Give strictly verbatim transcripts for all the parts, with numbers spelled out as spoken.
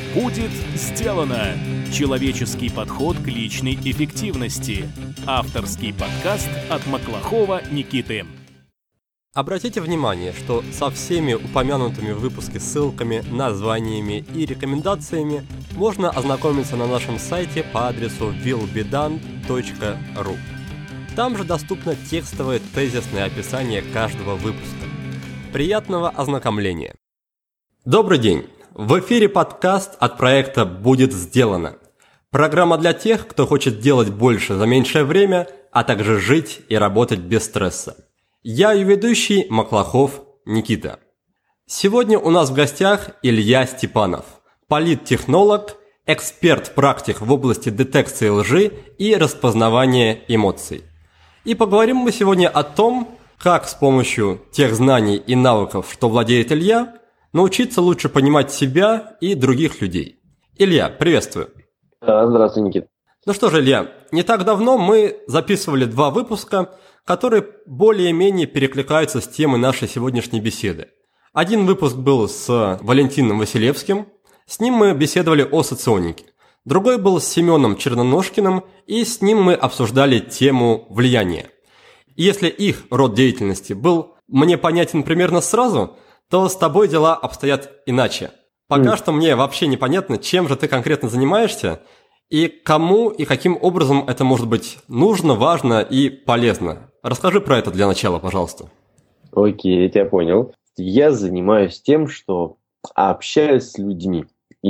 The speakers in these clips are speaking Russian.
Будет сделано! Человеческий подход к личной эффективности. Авторский подкаст от Маклахова Никиты. Обратите внимание, что со всеми упомянутыми в выпуске ссылками, названиями и рекомендациями можно ознакомиться на нашем сайте по адресу will be done точка ru. Там же доступно текстовое тезисное описание каждого выпуска. Приятного ознакомления! Добрый день! В эфире подкаст от проекта «Будет сделано». Программа для тех, кто хочет делать больше за меньшее время, а также жить и работать без стресса. Я ее ведущий Маклахов Никита. Сегодня у нас в гостях Илья Степанов, политтехнолог, эксперт-практик в области детекции лжи и распознавания эмоций. И поговорим мы сегодня о том, как с помощью тех знаний и навыков, что владеет Илья, научиться лучше понимать себя и других людей. Илья, приветствую. Здравствуй, Никита. Ну что же, Илья, не так давно мы записывали два выпуска, которые более-менее перекликаются с темой нашей сегодняшней беседы. Один выпуск был с Валентином Василевским, с ним мы беседовали о соционике. Другой был с Семеном Черноножкиным, и с ним мы обсуждали тему влияния. И если их род деятельности был мне понятен примерно сразу, то с тобой дела обстоят иначе. Пока mm. что мне вообще непонятно, чем же ты конкретно занимаешься, и кому и каким образом это может быть нужно, важно и полезно. Расскажи про это для начала, пожалуйста. Окей, я тебя понял. Я занимаюсь тем, что общаюсь с людьми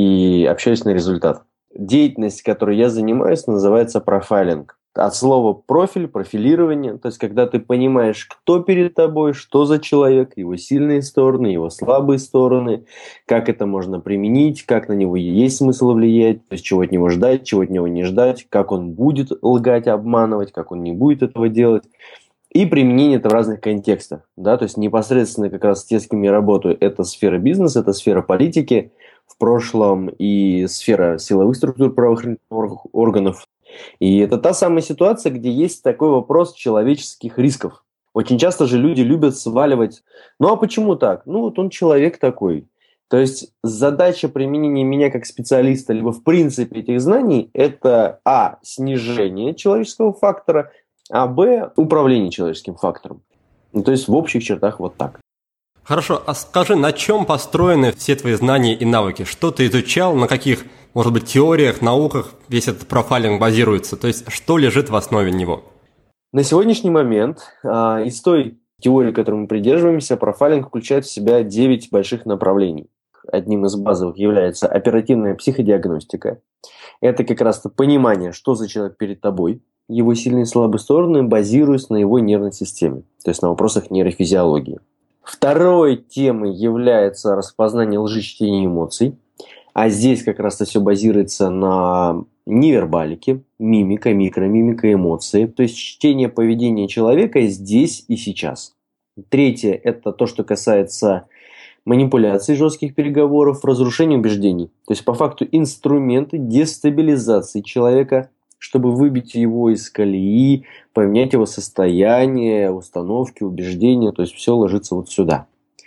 и общаюсь на результат. Деятельность, которой я занимаюсь, называется профайлинг. От слова профиль, профилирование, то есть когда ты понимаешь, кто перед тобой, что за человек, его сильные стороны, его слабые стороны, как это можно применить, как на него есть смысл влиять, то есть чего от него ждать, чего от него не ждать, как он будет лгать, обманывать, как он не будет этого делать. И применение это в разных контекстах. Да? То есть непосредственно как раз те, с кем я работаю, это сфера бизнеса, это сфера политики в прошлом и сфера силовых структур правоохранительных органов. И это та самая ситуация, где есть такой вопрос человеческих рисков. Очень часто же люди любят сваливать. Ну а почему так? Ну вот он человек такой. То есть задача применения меня как специалиста, либо в принципе этих знаний, это а. снижение человеческого фактора, а б. управление человеческим фактором. Ну, то есть в общих чертах вот так. Хорошо, а скажи, на чем построены все твои знания и навыки? Что ты изучал, на каких, может быть, теориях, науках весь этот профайлинг базируется? То есть, что лежит в основе него? На сегодняшний момент а, из той теории, которой мы придерживаемся, профайлинг включает в себя девять больших направлений. Одним из базовых является оперативная психодиагностика. Это как раз понимание, что за человек перед тобой, его сильные и слабые стороны, базируясь на его нервной системе, то есть на вопросах нейрофизиологии. Второй темой является распознание лжи, чтения эмоций. А здесь как раз все базируется на невербалике, мимика, микромимика, эмоции. То есть чтение поведения человека здесь и сейчас. Третье – это то, что касается манипуляций, жестких переговоров, разрушения убеждений. То есть по факту инструменты дестабилизации человека, чтобы выбить его из колеи, поменять его состояние, установки, убеждения, то есть все ложится вот сюда.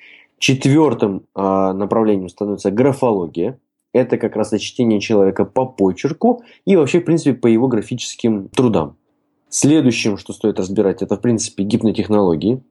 Четвертым э, направлением становится графология. Это как раз чтение человека по почерку и вообще, в принципе, по его графическим трудам. Следующим, что стоит разбирать, это, в принципе, гипнотехнологии.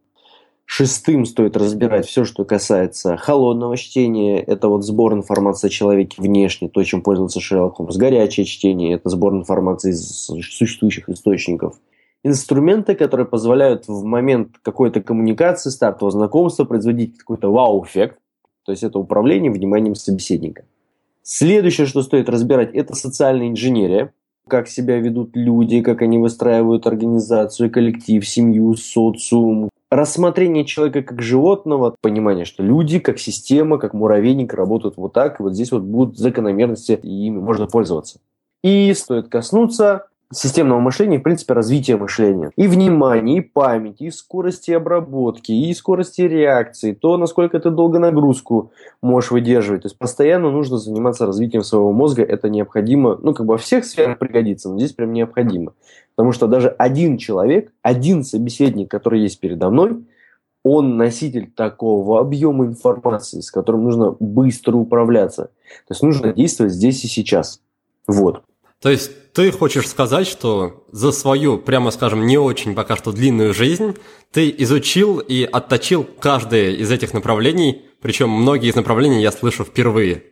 Шестым стоит разбирать все, что касается холодного чтения. Это вот сбор информации о человеке внешне, то, чем пользовался Шерлок Холмс. Горячее чтение – это сбор информации из существующих источников. Инструменты, которые позволяют в момент какой-то коммуникации, стартового знакомства производить какой-то вау-эффект. То есть это управление вниманием собеседника. Следующее, что стоит разбирать, это социальная инженерия. Как себя ведут люди, как они выстраивают организацию, коллектив, семью, социум. Рассмотрение человека как животного, понимание, что люди как система, как муравейник работают вот так, и вот здесь вот будут закономерности, и ими можно пользоваться. И стоит коснуться системного мышления, в принципе, развития мышления. И внимания, и памяти, и скорости обработки, и скорости реакции, то, насколько ты долго нагрузку можешь выдерживать. То есть постоянно нужно заниматься развитием своего мозга. Это необходимо, ну, как бы во всех сферах пригодится, но здесь прям необходимо. Потому что даже один человек, один собеседник, который есть передо мной, он носитель такого объема информации, с которым нужно быстро управляться. То есть нужно действовать здесь и сейчас. Вот. То есть ты хочешь сказать, что за свою, прямо скажем, не очень пока что длинную жизнь ты изучил и отточил каждое из этих направлений, причем многие из направлений я слышу впервые.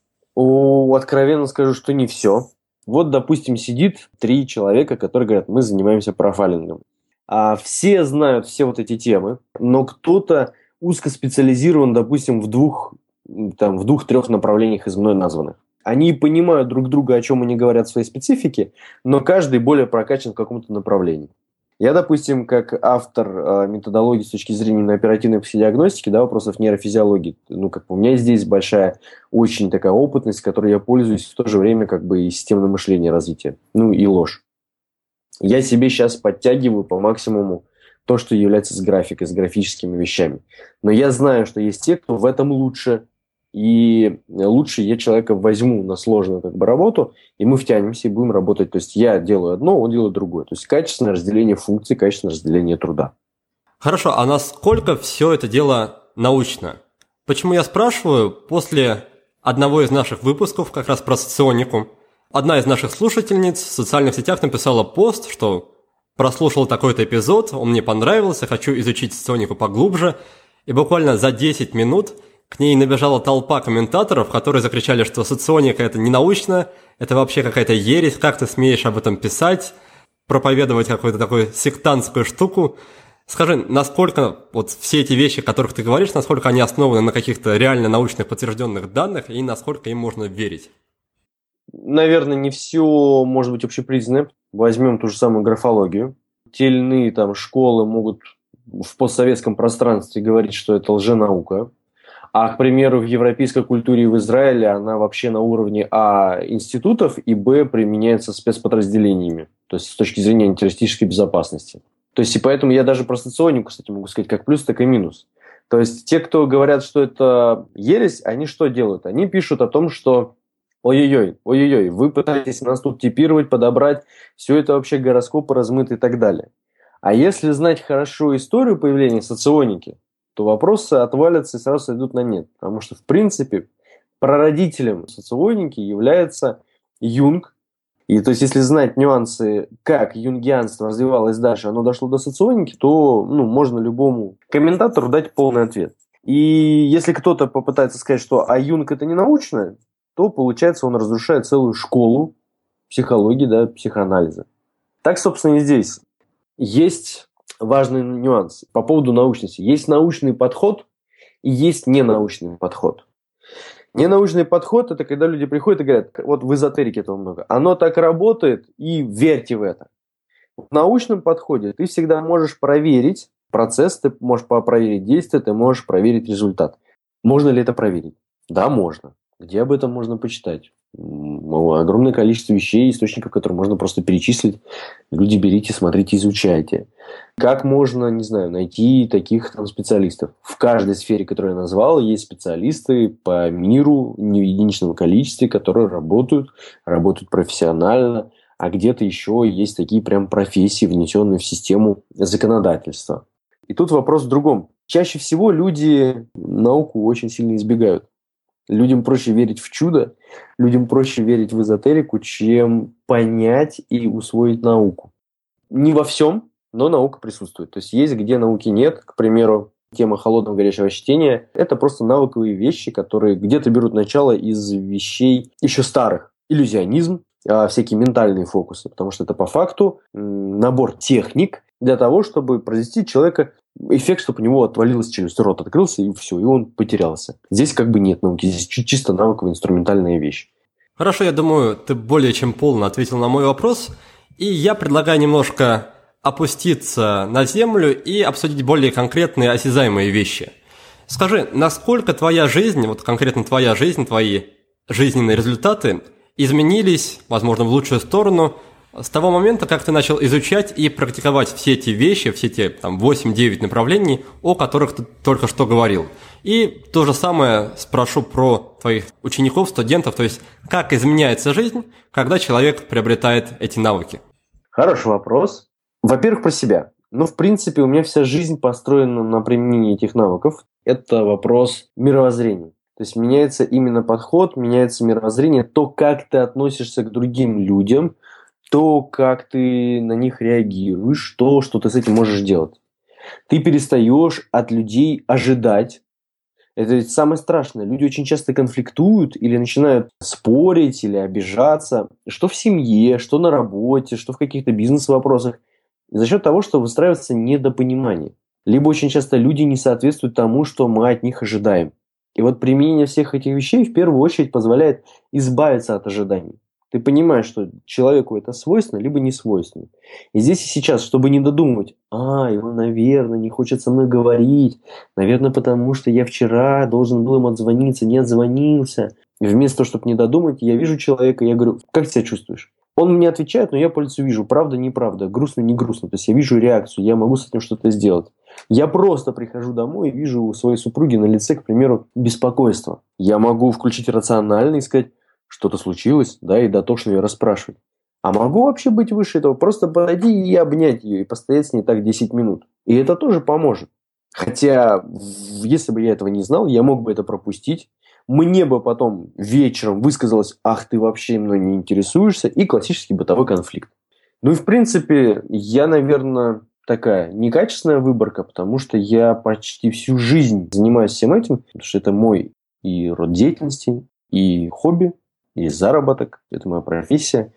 О, откровенно скажу, что не все. Вот, допустим, сидит три человека, которые говорят, мы занимаемся профайлингом. А все знают все вот эти темы, но кто-то узкоспециализирован, допустим, в двух, там, в двух-трех направлениях из мной названных. Они понимают друг друга, о чем они говорят в своей специфике, но каждый более прокачан в каком-то направлении. Я, допустим, как автор э, методологии с точки зрения оперативной психодиагностики, да, вопросов нейрофизиологии, ну, как бы у меня здесь большая, очень такая опытность, которой я пользуюсь в то же время как бы и системное мышление развития, ну и ложь. Я себе сейчас подтягиваю по максимуму то, что является с графикой, с графическими вещами. Но я знаю, что есть те, кто в этом лучше, и лучше я человека возьму на сложную как бы работу, и мы втянемся и будем работать. То есть я делаю одно, он делает другое. То есть качественное разделение функций, качественное разделение труда. Хорошо, а насколько все это дело научно? Почему я спрашиваю? После одного из наших выпусков, как раз про соционику, одна из наших слушательниц в социальных сетях написала пост, что прослушала такой-то эпизод, он мне понравился, хочу изучить соционику поглубже, и буквально за десять минут к ней набежала толпа комментаторов, которые закричали, что соционика – это не научно, это вообще какая-то ересь, как ты смеешь об этом писать, проповедовать какую-то такую сектантскую штуку. Скажи, насколько вот все эти вещи, о которых ты говоришь, насколько они основаны на каких-то реально научных подтвержденных данных и насколько им можно верить? Наверное, не все может быть общепризнанным. Возьмем ту же самую графологию. Те или иные там школы могут в постсоветском пространстве говорить, что это лженаука. А, к примеру, в европейской культуре и в Израиле она вообще на уровне А институтов и Б применяется спецподразделениями, то есть с точки зрения антитеррористической безопасности. То есть и поэтому я даже про соционику, кстати, могу сказать как плюс, так и минус. То есть те, кто говорят, что это ересь, они что делают? Они пишут о том, что ой-ой-ой, ой-ой-ой, вы пытаетесь нас тут типировать, подобрать, все это вообще гороскопы размыты и так далее. А если знать хорошо историю появления соционики, то вопросы отвалятся и сразу сойдут на нет. Потому что, в принципе, прародителем соционики является Юнг. И то есть, если знать нюансы, как юнгианство развивалось дальше, оно дошло до соционики, то ну, можно любому комментатору дать полный ответ. И если кто-то попытается сказать, что а Юнг это не научно, то, получается, он разрушает целую школу психологии, да, психоанализа. Так, собственно, и здесь. Есть важный нюанс по поводу научности. Есть научный подход и есть ненаучный подход. Ненаучный подход – это когда люди приходят и говорят, вот в эзотерике этого много, оно так работает, и верьте в это. В научном подходе ты всегда можешь проверить процесс, ты можешь проверить действие, ты можешь проверить результат. Можно ли это проверить? Да, можно. Где об этом можно почитать? Огромное количество вещей, источников, которые можно просто перечислить. Люди берите, смотрите, изучайте. Как можно, не знаю, найти таких там специалистов? В каждой сфере, которую я назвал, есть специалисты по миру не в единичном количестве, которые работают, работают профессионально, а где-то еще есть такие прям профессии, внесенные в систему законодательства. И тут вопрос в другом. Чаще всего люди науку очень сильно избегают. Людям проще верить в чудо, людям проще верить в эзотерику, чем понять и усвоить науку. Не во всем, но наука присутствует. То есть есть, где науки нет. К примеру, тема холодного горячего чтения – это просто навыковые вещи, которые где-то берут начало из вещей еще старых. Иллюзионизм, всякие ментальные фокусы, потому что это по факту набор техник для того, чтобы произвести человека эффект, чтобы у него отвалилась челюсть, рот открылся, и все, и он потерялся. Здесь как бы нет науки, здесь чисто навыковая инструментальная вещь. Хорошо, я думаю, ты более чем полно ответил на мой вопрос, и я предлагаю немножко опуститься на землю и обсудить более конкретные осязаемые вещи. Скажи, насколько твоя жизнь, вот конкретно твоя жизнь, твои жизненные результаты изменились, возможно, в лучшую сторону с того момента, как ты начал изучать и практиковать все эти вещи, все те там восемь-девять направлений, о которых ты только что говорил. И то же самое спрошу про твоих учеников, студентов, то есть как изменяется жизнь, когда человек приобретает эти навыки? Хороший вопрос. Во-первых, про себя. Но, в принципе, у меня вся жизнь построена на применении этих навыков. Это вопрос мировоззрения. То есть меняется именно подход, меняется мировоззрение, то, как ты относишься к другим людям, то, как ты на них реагируешь, то, что ты с этим можешь делать. Ты перестаешь от людей ожидать. Это ведь самое страшное. Люди очень часто конфликтуют или начинают спорить или обижаться. Что в семье, что на работе, что в каких-то бизнес-вопросах. За счет того, что выстраивается недопонимание. Либо очень часто люди не соответствуют тому, что мы от них ожидаем. И вот применение всех этих вещей в первую очередь позволяет избавиться от ожиданий. Ты понимаешь, что человеку это свойственно, либо не свойственно. И здесь и сейчас, чтобы не додумывать, а, его, наверное, не хочет со мной говорить, наверное, потому что я вчера должен был ему отзвониться, не отзвонился. И вместо того, чтобы не додумать, я вижу человека, я говорю, как ты себя чувствуешь? Он мне отвечает, но я по лицу вижу, правда, неправда, грустно, не грустно. То есть я вижу реакцию, я могу с этим что-то сделать. Я просто прихожу домой и вижу у своей супруги на лице, к примеру, беспокойство. Я могу включить рационально и сказать, что-то случилось, да, и дотошно ее расспрашивать. А могу вообще быть выше этого, просто подойти и обнять ее, и постоять с ней так десять минут. И это тоже поможет. Хотя, если бы я этого не знал, я мог бы это пропустить. Мне бы потом вечером высказалось, ах, ты вообще мной не интересуешься, и классический бытовой конфликт. Ну и в принципе, я, наверное, такая некачественная выборка, потому что я почти всю жизнь занимаюсь всем этим, потому что это мой и род деятельности, и хобби, и заработок, это моя профессия.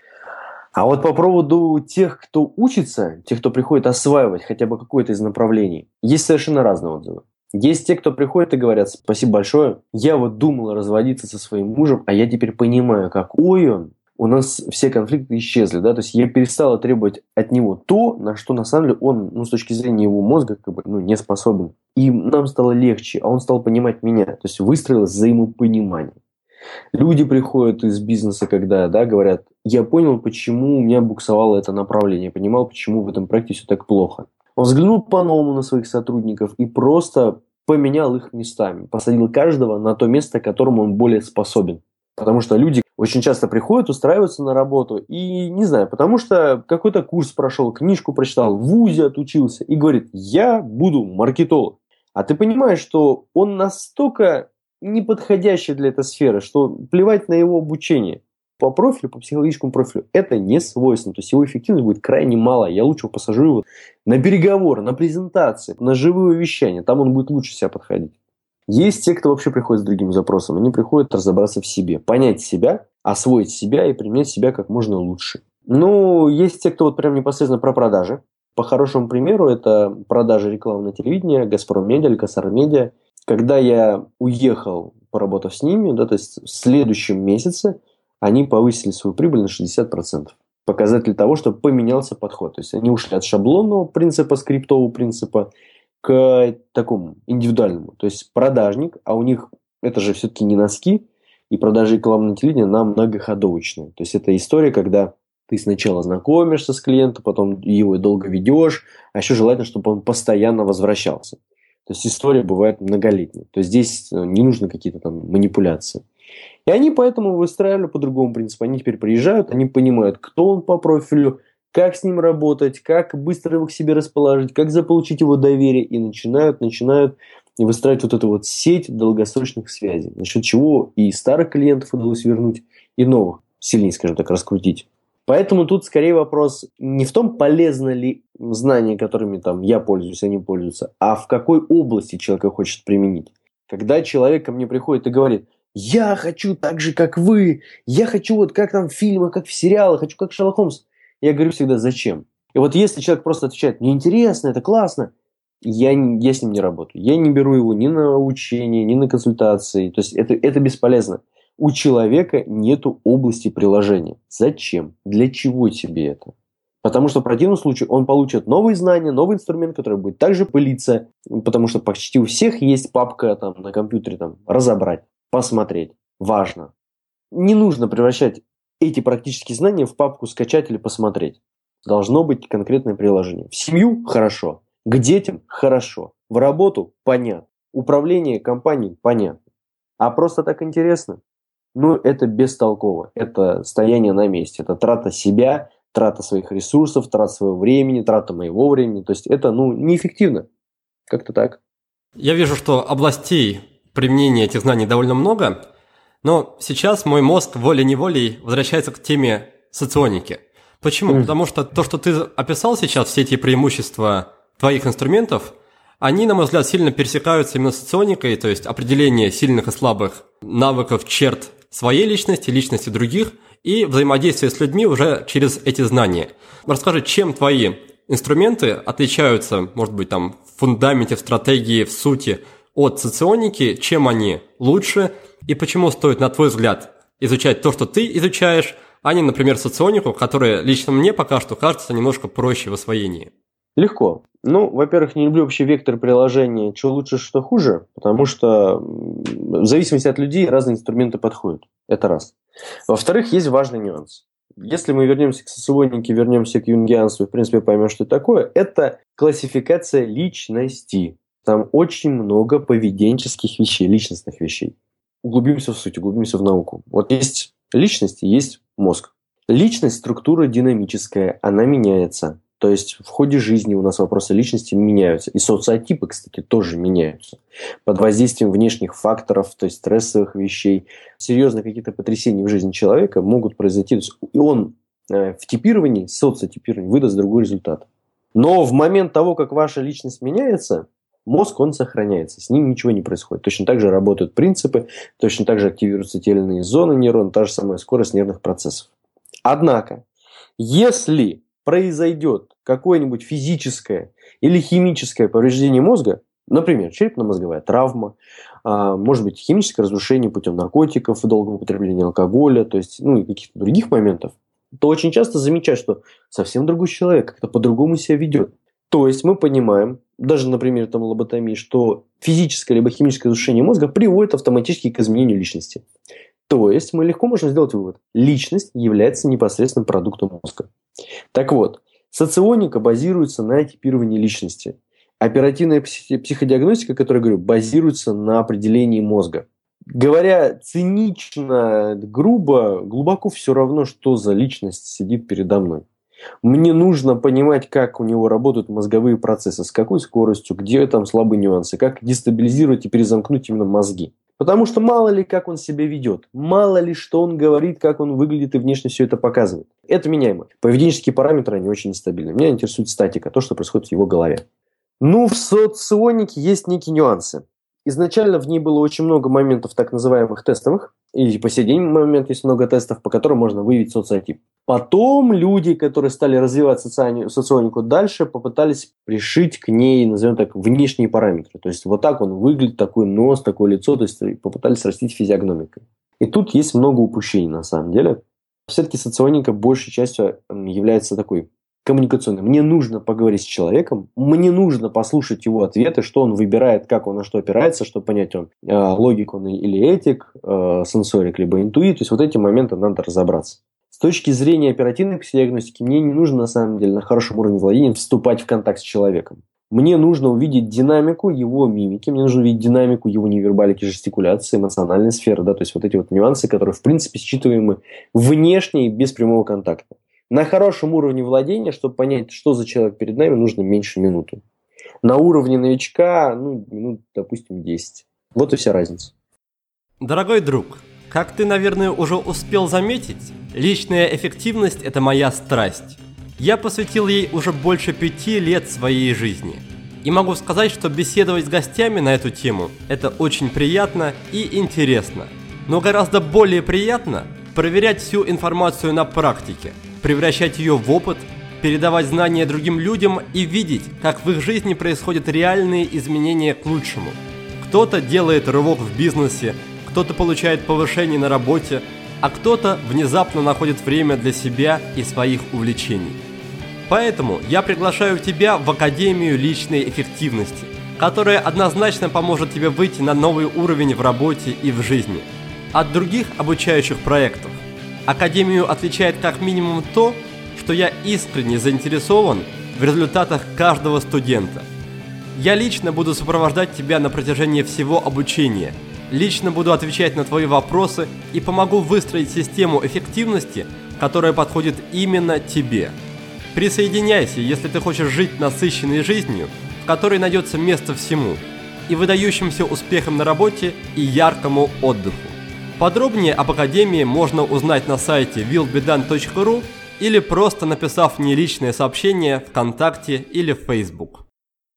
А вот по поводу тех, кто учится, тех, кто приходит осваивать хотя бы какое-то из направлений, есть совершенно разные отзывы. Есть те, кто приходит и говорят, спасибо большое, я вот думал разводиться со своим мужем, а я теперь понимаю, какой он. У нас все конфликты исчезли, да, то есть я перестала требовать от него то, на что на самом деле он, ну, с точки зрения его мозга, как бы, ну, не способен. И нам стало легче, а он стал понимать меня, то есть выстроилось взаимопонимание. Люди приходят из бизнеса, когда, да, говорят, я понял, почему у меня буксовало это направление, я понимал, почему в этом проекте все так плохо. Он взглянул по-новому на своих сотрудников и просто поменял их местами, посадил каждого на то место, к которому он более способен. Потому что люди очень часто приходят, устраиваются на работу и, не знаю, потому что какой-то курс прошел, книжку прочитал, в вузе отучился и говорит, я буду маркетолог. А ты понимаешь, что он настолько неподходящий для этой сферы, что плевать на его обучение. По профилю, по психологическому профилю это не свойственно. То есть его эффективность будет крайне мала. Я лучше посажу его на переговоры, на презентации, на живые вещания. Там он будет лучше себя подходить. Есть те, кто вообще приходит с другим запросом. Они приходят разобраться в себе, понять себя, освоить себя и применять себя как можно лучше. Ну, есть те, кто вот прям непосредственно про продажи. По хорошему примеру, это продажи рекламы на телевидении, Газпром Медиа или Косар Медиа. Когда я уехал, поработав с ними, да, то есть в следующем месяце они повысили свою прибыль на шестьдесят процентов. Показатель того, что поменялся подход. То есть они ушли от шаблонного принципа, скриптового принципа к такому индивидуальному. То есть продажник, а у них это же все-таки не носки, и продажи рекламного телевидения нам многоходовочные. То есть это история, когда ты сначала знакомишься с клиентом, потом его долго ведешь, а еще желательно, чтобы он постоянно возвращался. То есть история бывает многолетняя. То есть здесь не нужны какие-то там манипуляции. И они поэтому выстраивали по другому принципу. Они теперь приезжают, они понимают, кто он по профилю, как с ним работать, как быстро его к себе расположить, как заполучить его доверие. И начинают, начинают выстраивать вот эту вот сеть долгосрочных связей. За счет чего и старых клиентов удалось вернуть, и новых сильнее, скажем так, раскрутить. Поэтому тут скорее вопрос не в том, полезно ли знания, которыми там я пользуюсь, они пользуются, а в какой области человек хочет применить. Когда человек ко мне приходит и говорит, я хочу так же, как вы, я хочу вот как там в фильмах, как в сериалах, хочу как Шерлок Холмс. Я говорю всегда, зачем? И вот если человек просто отвечает, мне интересно, это классно, я, я с ним не работаю. Я не беру его ни на обучение, ни на консультации. То есть это, это бесполезно. У человека нету области приложения. Зачем? Для чего тебе это? Потому что в противном случае он получит новые знания, новый инструмент, который будет также пылиться. Потому что почти у всех есть папка там, на компьютере там, разобрать, посмотреть. Важно. Не нужно превращать эти практические знания в папку скачать или посмотреть. Должно быть конкретное приложение. В семью – хорошо. К детям – хорошо. В работу – понятно. Управление компанией – понятно. А просто так интересно? Ну, это бестолково. Это стояние на месте. Это трата себя, трата своих ресурсов, трата своего времени, трата моего времени. То есть это, ну, неэффективно. Как-то так. Я вижу, что областей применения этих знаний довольно много, но сейчас мой мозг волей-неволей возвращается к теме соционики. Почему? Mm. Потому что то, что ты описал сейчас, все эти преимущества твоих инструментов, они, на мой взгляд, сильно пересекаются именно с соционикой, то есть определение сильных и слабых навыков, черт своей личности, личности других и взаимодействие с людьми уже через эти знания. Расскажи, чем твои инструменты отличаются, может быть, там, в фундаменте, в стратегии, в сути от соционики, чем они лучше и почему стоит, на твой взгляд, изучать то, что ты изучаешь, а не, например, соционику, которая лично мне пока что кажется немножко проще в освоении. Легко. Ну, во-первых, не люблю вообще вектор приложения, что лучше, что хуже, потому что в зависимости от людей разные инструменты подходят. Это раз. Во-вторых, есть важный нюанс. Если мы вернемся к соционике, вернемся к юнгианству, в принципе, поймем, что это такое, это классификация личности. Там очень много поведенческих вещей, личностных вещей. Углубимся в суть, углубимся в науку. Вот есть личность и есть мозг. Личность – структура динамическая, она меняется. То есть в ходе жизни у нас вопросы личности меняются. И социотипы, кстати, тоже меняются. Под воздействием внешних факторов, то есть стрессовых вещей, серьезно какие-то потрясения в жизни человека могут произойти. И он в типировании, социотипировании выдаст другой результат. Но в момент того, как ваша личность меняется, мозг, он сохраняется, с ним ничего не происходит. Точно так же работают принципы, точно так же активируются те или иные зоны нейрон, та же самая скорость нервных процессов. Однако, если произойдет какое-нибудь физическое или химическое повреждение мозга, например, черепно-мозговая травма, может быть, химическое разрушение путем наркотиков, долгого употребления алкоголя, то есть, ну, и каких-то других моментов, то очень часто замечают, что совсем другой человек как-то по-другому себя ведет. То есть мы понимаем, даже, например, там лоботомии, что физическое либо химическое разрушение мозга приводит автоматически к изменению личности. То есть мы легко можем сделать вывод. Личность является непосредственным продуктом мозга. Так вот, соционика базируется на типировании личности. Оперативная психодиагностика, о которой я говорю, базируется на определении мозга. Говоря цинично, грубо, глубоко все равно, что за личность сидит передо мной. Мне нужно понимать, как у него работают мозговые процессы, с какой скоростью, где там слабые нюансы, как дестабилизировать и перезамкнуть именно мозги. Потому что мало ли, как он себя ведет, мало ли, что он говорит, как он выглядит и внешне все это показывает. Это меняемо. Поведенческие параметры, они очень нестабильны. Меня интересует статика, то, что происходит в его голове. Ну, в соционике есть некие нюансы. Изначально в ней было очень много моментов так называемых тестовых, и по сей день момент есть много тестов, по которым можно выявить социотип. Потом люди, которые стали развивать соци... соционику дальше, попытались пришить к ней, назовем так, внешние параметры. То есть вот так он выглядит, такой нос, такое лицо, то есть попытались растить физиогномикой. И тут есть много упущений на самом деле. Все-таки соционика большей частью является такой коммуникационной. Мне нужно поговорить с человеком, мне нужно послушать его ответы, что он выбирает, как он на что опирается, чтобы понять, он э, логик он или этик, э, сенсорик, либо интуит. То есть вот эти моменты надо разобраться. С точки зрения оперативной психодиагностики мне не нужно на самом деле на хорошем уровне владения вступать в контакт с человеком. Мне нужно увидеть динамику его мимики, мне нужно увидеть динамику его невербалики, жестикуляции, эмоциональной сферы, да, то есть вот эти вот нюансы, которые в принципе считываемы внешне и без прямого контакта. На хорошем уровне владения, чтобы понять, что за человек перед нами, нужно меньше минуты. На уровне новичка, ну, минут, допустим, десять. Вот и вся разница. Дорогой друг, как ты, наверное, уже успел заметить, личная эффективность – это моя страсть. Я посвятил ей уже больше пяти лет своей жизни. И могу сказать, что беседовать с гостями на эту тему – это очень приятно и интересно. Но гораздо более приятно проверять всю информацию на практике, превращать ее в опыт, передавать знания другим людям и видеть, как в их жизни происходят реальные изменения к лучшему. Кто-то делает рывок в бизнесе, кто-то получает повышение на работе, а кто-то внезапно находит время для себя и своих увлечений. Поэтому я приглашаю тебя в Академию личной эффективности, которая однозначно поможет тебе выйти на новый уровень в работе и в жизни от других обучающих проектов. Академию отличает как минимум то, что я искренне заинтересован в результатах каждого студента. Я лично буду сопровождать тебя на протяжении всего обучения, лично буду отвечать на твои вопросы и помогу выстроить систему эффективности, которая подходит именно тебе. Присоединяйся, если ты хочешь жить насыщенной жизнью, в которой найдется место всему, и выдающимся успехом на работе, и яркому отдыху. Подробнее об Академии можно узнать на сайте вилл би дан точка ру или просто написав мне личное сообщение ВКонтакте или в Facebook.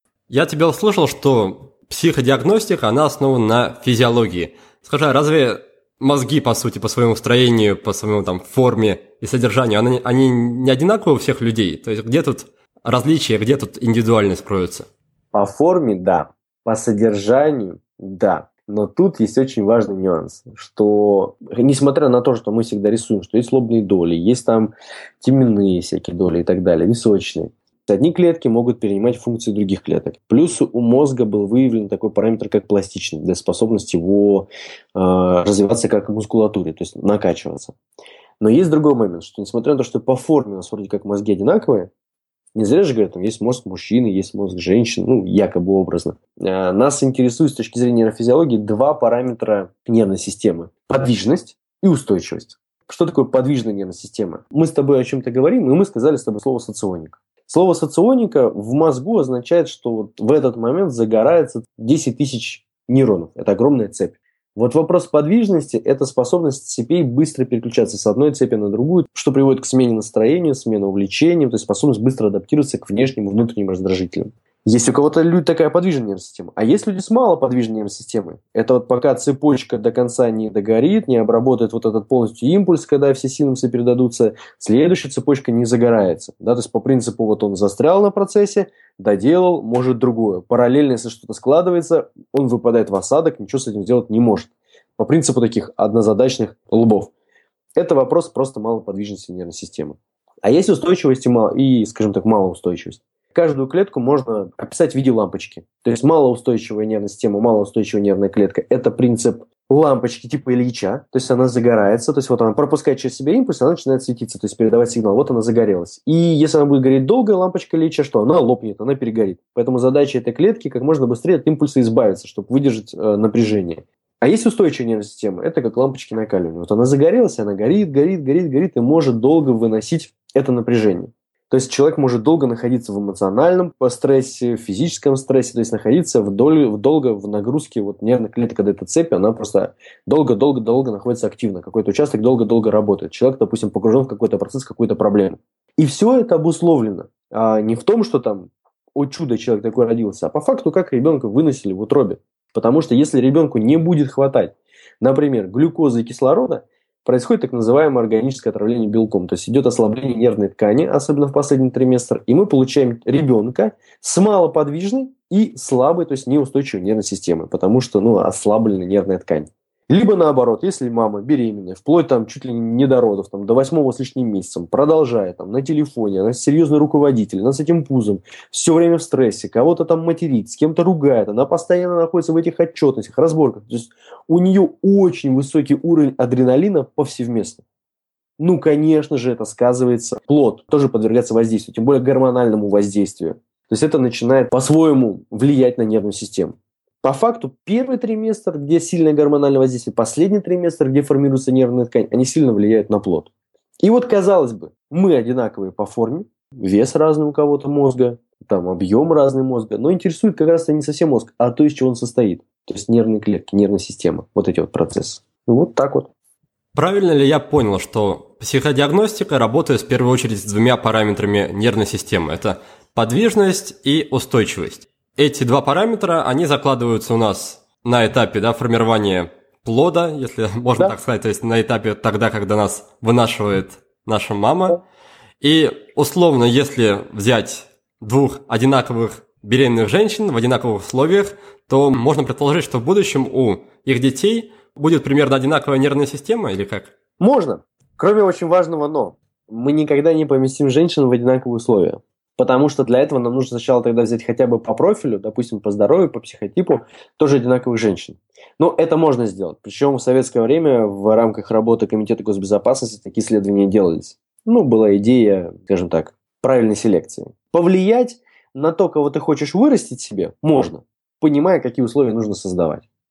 Я тебя услышал, что психодиагностика, она основана на физиологии. Скажи, а разве мозги, по сути, по своему строению, по своему там форме и содержанию, они, они не одинаковые у всех людей? То есть где тут различия, где тут индивидуальность кроется? По форме – да. По содержанию – да. Но тут есть очень важный нюанс, что несмотря на то, что мы всегда рисуем, что есть лобные доли, есть там теменные всякие доли и так далее, височные, одни клетки могут перенимать функции других клеток. Плюс у мозга был выявлен такой параметр, как пластичность, для способности его э, развиваться как в мускулатуре, то есть накачиваться. Но есть другой момент, что несмотря на то, что по форме у нас вроде как мозги одинаковые, не зря же говорят, там есть мозг мужчины, есть мозг женщины, ну, якобы образно. Э, нас интересует с точки зрения нейрофизиологии два параметра нервной системы. Подвижность и устойчивость. Что такое подвижная нервная система? Мы с тобой о чем-то говорим, и мы сказали с тобой слово соционик. Слово соционика в мозгу означает, что вот в этот момент загорается десять тысяч нейронов. Это огромная цепь. Вот вопрос подвижности – это способность цепей быстро переключаться с одной цепи на другую, что приводит к смене настроения, смене увлечения, то есть способность быстро адаптироваться к внешним и внутренним раздражителям. Есть у кого-то люди такая подвижная нервная система, а есть люди с малоподвижной нервной системой. Это вот пока цепочка до конца не догорит, не обработает вот этот полностью импульс, когда все синапсы передадутся, следующая цепочка не загорается. Да? То есть по принципу вот он застрял на процессе, доделал, может другое. Параллельно, если что-то складывается, он выпадает в осадок, ничего с этим сделать не может. По принципу таких однозадачных лбов. Это вопрос просто малоподвижности нервной системы. А есть устойчивость и, мало, и скажем так, малоустойчивость. Каждую клетку можно описать в виде лампочки. То есть малоустойчивая нервная система, малоустойчивая нервная клетка – это принцип лампочки типа Ильича. То есть она загорается, то есть вот она пропускает через себя импульс, она начинает светиться, то есть передавать сигнал. Вот она загорелась. И если она будет гореть долго, лампочка Ильича, что? Она лопнет, она перегорит. Поэтому задача этой клетки как можно быстрее от импульса избавиться, чтобы выдержать э, напряжение. А есть устойчивая нервная система, это как лампочки накаливания. Вот она загорелась, она горит, горит, горит, горит и может долго выносить это напряжение. То есть человек может долго находиться в эмоциональном стрессе, в физическом стрессе, то есть находиться в доле, в долго в нагрузке вот нервной клетки, когда эта цепь, она просто долго-долго-долго находится активно, какой-то участок долго-долго работает. Человек, допустим, погружен в какой-то процесс, какую-то проблему. И все это обусловлено а не в том, что там, о чудо, человек такой родился, а по факту, как ребенка выносили в утробе. Потому что если ребенку не будет хватать, например, глюкозы и кислорода, происходит так называемое органическое отравление белком. То есть идет ослабление нервной ткани, особенно в последний триместр, и мы получаем ребенка с малоподвижной и слабой, то есть неустойчивой нервной системой, потому что ну, ослаблена нервная ткань. Либо наоборот, если мама беременная, вплоть там чуть ли не до родов, там, до восьмого с лишним месяцем, продолжая там, на телефоне, она серьезный руководитель, она с этим пузом, все время в стрессе, кого-то там материт, с кем-то ругает, она постоянно находится в этих отчетностях, разборках. То есть у нее очень высокий уровень адреналина повсеместно. Ну, конечно же, это сказывается. Плод тоже подвергается воздействию, тем более гормональному воздействию. То есть это начинает по-своему влиять на нервную систему. По факту, первый триместр, где сильное гормональное воздействие, последний триместр, где формируется нервная ткань, они сильно влияют на плод. И вот, казалось бы, мы одинаковые по форме, вес разный у кого-то мозга, там объем разный мозга, но интересует как раз не совсем мозг, а то, из чего он состоит. То есть нервные клетки, нервная система, вот эти вот процессы. Вот так вот. Правильно ли я понял, что психодиагностика работает в первую очередь с двумя параметрами нервной системы? Это подвижность и устойчивость. Эти два параметра, они закладываются у нас на этапе да, формирования плода, если можно да. так сказать, то есть на этапе тогда, когда нас вынашивает наша мама. Да. И условно, если взять двух одинаковых беременных женщин в одинаковых условиях, то можно предположить, что в будущем у их детей будет примерно одинаковая нервная система или как? Можно. Кроме очень важного «но». Мы никогда не поместим женщин в одинаковые условия. Потому что для этого нам нужно сначала тогда взять хотя бы по профилю, допустим, по здоровью, по психотипу, тоже одинаковых женщин. Но это можно сделать. Причем в советское время в рамках работы Комитета госбезопасности такие исследования делались. Ну, была идея, скажем так, правильной селекции. Повлиять на то, кого ты хочешь вырастить себе, можно, понимая, какие условия нужно создавать.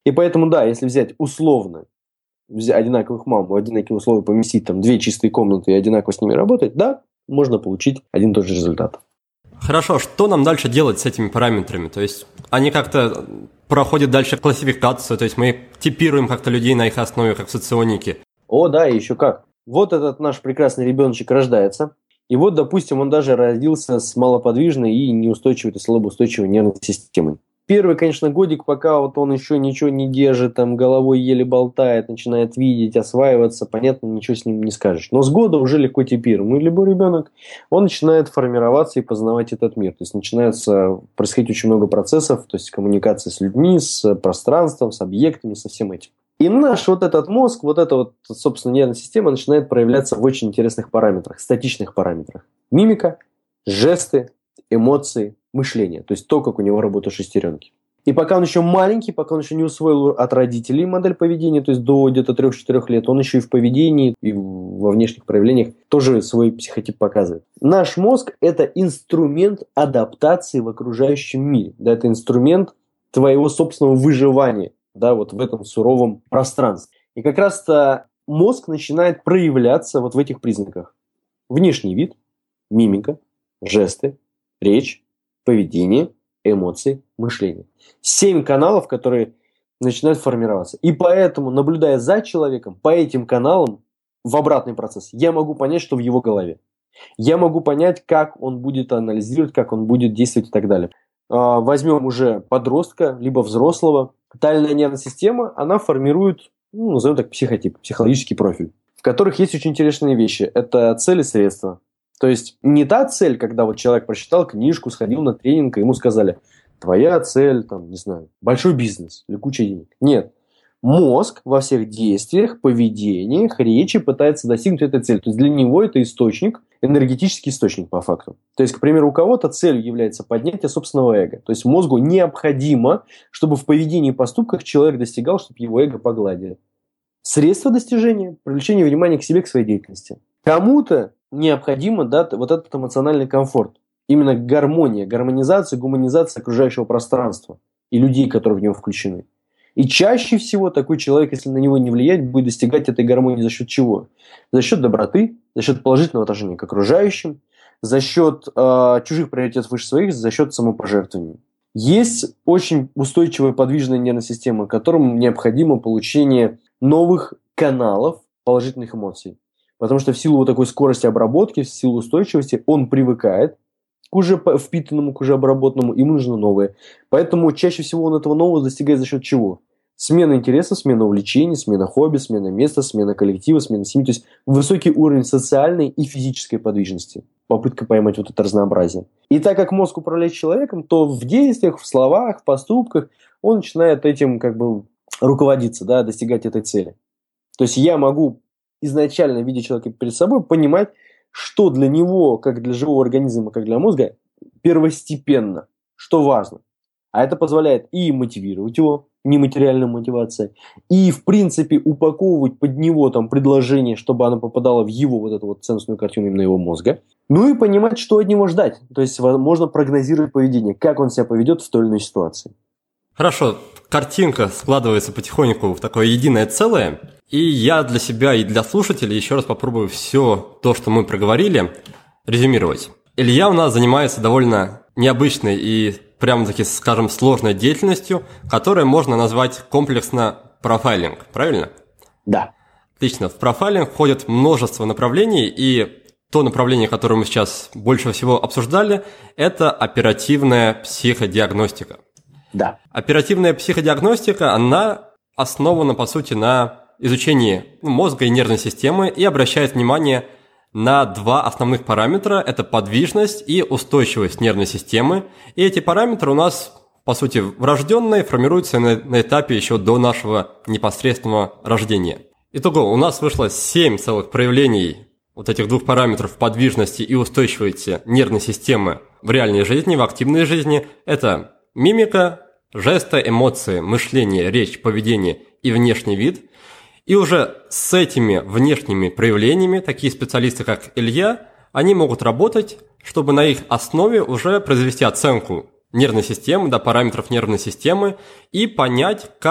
И поэтому, да, если взять условно, взять одинаковых мам, в одинаковые условия поместить там две чистые комнаты и одинаково с ними работать, да, можно получить один и тот же результат. Хорошо, что нам дальше делать с этими параметрами? То есть они как-то проходят дальше классификацию, то есть мы типируем как-то людей на их основе, как соционики. О, да, и еще как. Вот этот наш прекрасный ребеночек рождается, и вот, допустим, он даже родился с малоподвижной и неустойчивой, то есть слабоустойчивой нервной системой. Первый, конечно, годик, пока вот он еще ничего не держит, там головой еле болтает, начинает видеть, осваиваться, понятно, ничего с ним не скажешь. Но с года уже легко типируем. И любой ребенок, он начинает формироваться и познавать этот мир. То есть начинается происходить очень много процессов, то есть коммуникации с людьми, с пространством, с объектами, со всем этим. И наш вот этот мозг, вот эта вот, собственно, нервная система начинает проявляться в очень интересных параметрах, статичных параметрах. Мимика, жесты, эмоции, мышление. То есть то, как у него работают шестеренки. И пока он еще маленький, пока он еще не усвоил от родителей модель поведения, то есть до где-то трех-четырех лет, он еще и в поведении, и во внешних проявлениях тоже свой психотип показывает. Наш мозг – это инструмент адаптации в окружающем мире. Да, это инструмент твоего собственного выживания, да, вот в этом суровом пространстве. И как раз-то мозг начинает проявляться вот в этих признаках. Внешний вид, мимика, жесты, речь, поведение, эмоции, мышление. Семь каналов, которые начинают формироваться. И поэтому, наблюдая за человеком, по этим каналам, в обратный процесс, я могу понять, что в его голове. Я могу понять, как он будет анализировать, как он будет действовать и так далее. Возьмем уже подростка, либо взрослого. Тальная нервная система, она формирует, ну, назовем так, психотип, психологический профиль, в которых есть очень интересные вещи. Это цели и средства. То есть не та цель, когда вот человек прочитал книжку, сходил на тренинг, и ему сказали, твоя цель, там, не знаю, большой бизнес или куча денег. Нет. Мозг во всех действиях, поведениях, речи пытается достигнуть этой цели. То есть для него это источник, энергетический источник по факту. То есть, к примеру, у кого-то целью является поднятие собственного эго. То есть мозгу необходимо, чтобы в поведении и поступках человек достигал, чтобы его эго погладили. Средство достижения – привлечение внимания к себе, к своей деятельности. Кому-то необходимо, да, вот этот эмоциональный комфорт. Именно гармония, гармонизация, гуманизация окружающего пространства и людей, которые в него включены. И чаще всего такой человек, если на него не влиять, будет достигать этой гармонии за счет чего? За счет доброты, за счет положительного отношения к окружающим, за счет э, чужих приоритетов выше своих, за счет самопожертвований. Есть очень устойчивая подвижная нервная система, которым необходимо получение новых каналов положительных эмоций. Потому что в силу вот такой скорости обработки, в силу устойчивости, он привыкает к уже впитанному, к уже обработанному, ему нужно новое. Поэтому чаще всего он этого нового достигает за счет чего? Смена интересов, смена увлечений, смена хобби, смена места, смена коллектива, смена семьи. То есть высокий уровень социальной и физической подвижности. Попытка поймать вот это разнообразие. И так как мозг управляет человеком, то в действиях, в словах, в поступках он начинает этим как бы руководиться, да, достигать этой цели. То есть я могу изначально, видя человека перед собой, понимать, что для него, как для живого организма, как для мозга, первостепенно, что важно. А это позволяет и мотивировать его, нематериальная мотивация, и, в принципе, упаковывать под него там предложение, чтобы оно попадало в его вот эту вот ценностную картину именно его мозга. Ну и понимать, что от него ждать. То есть можно прогнозировать поведение, как он себя поведет в той или иной ситуации. Хорошо, картинка складывается потихоньку в такое единое целое. И я для себя и для слушателей еще раз попробую все то, что мы проговорили, резюмировать. Илья у нас занимается довольно необычной и, прямо-таки, скажем, сложной деятельностью, которую можно назвать комплексно профайлинг, правильно? Да. Отлично. В профайлинг входит множество направлений, и то направление, которое мы сейчас больше всего обсуждали, это оперативная психодиагностика. Да. Оперативная психодиагностика, она основана, по сути, на изучении мозга и нервной системы и обращает внимание на два основных параметра – это подвижность и устойчивость нервной системы. И эти параметры у нас, по сути, врожденные, формируются на, на этапе еще до нашего непосредственного рождения. Итого, у нас вышло семь целых проявлений вот этих двух параметров подвижности и устойчивости нервной системы в реальной жизни, в активной жизни. Это мимика, жесты, эмоции, мышление, речь, поведение и внешний вид. И уже с этими внешними проявлениями такие специалисты, как Илья, они могут работать, чтобы на их основе уже произвести оценку нервной системы, да, параметров нервной системы и понять, как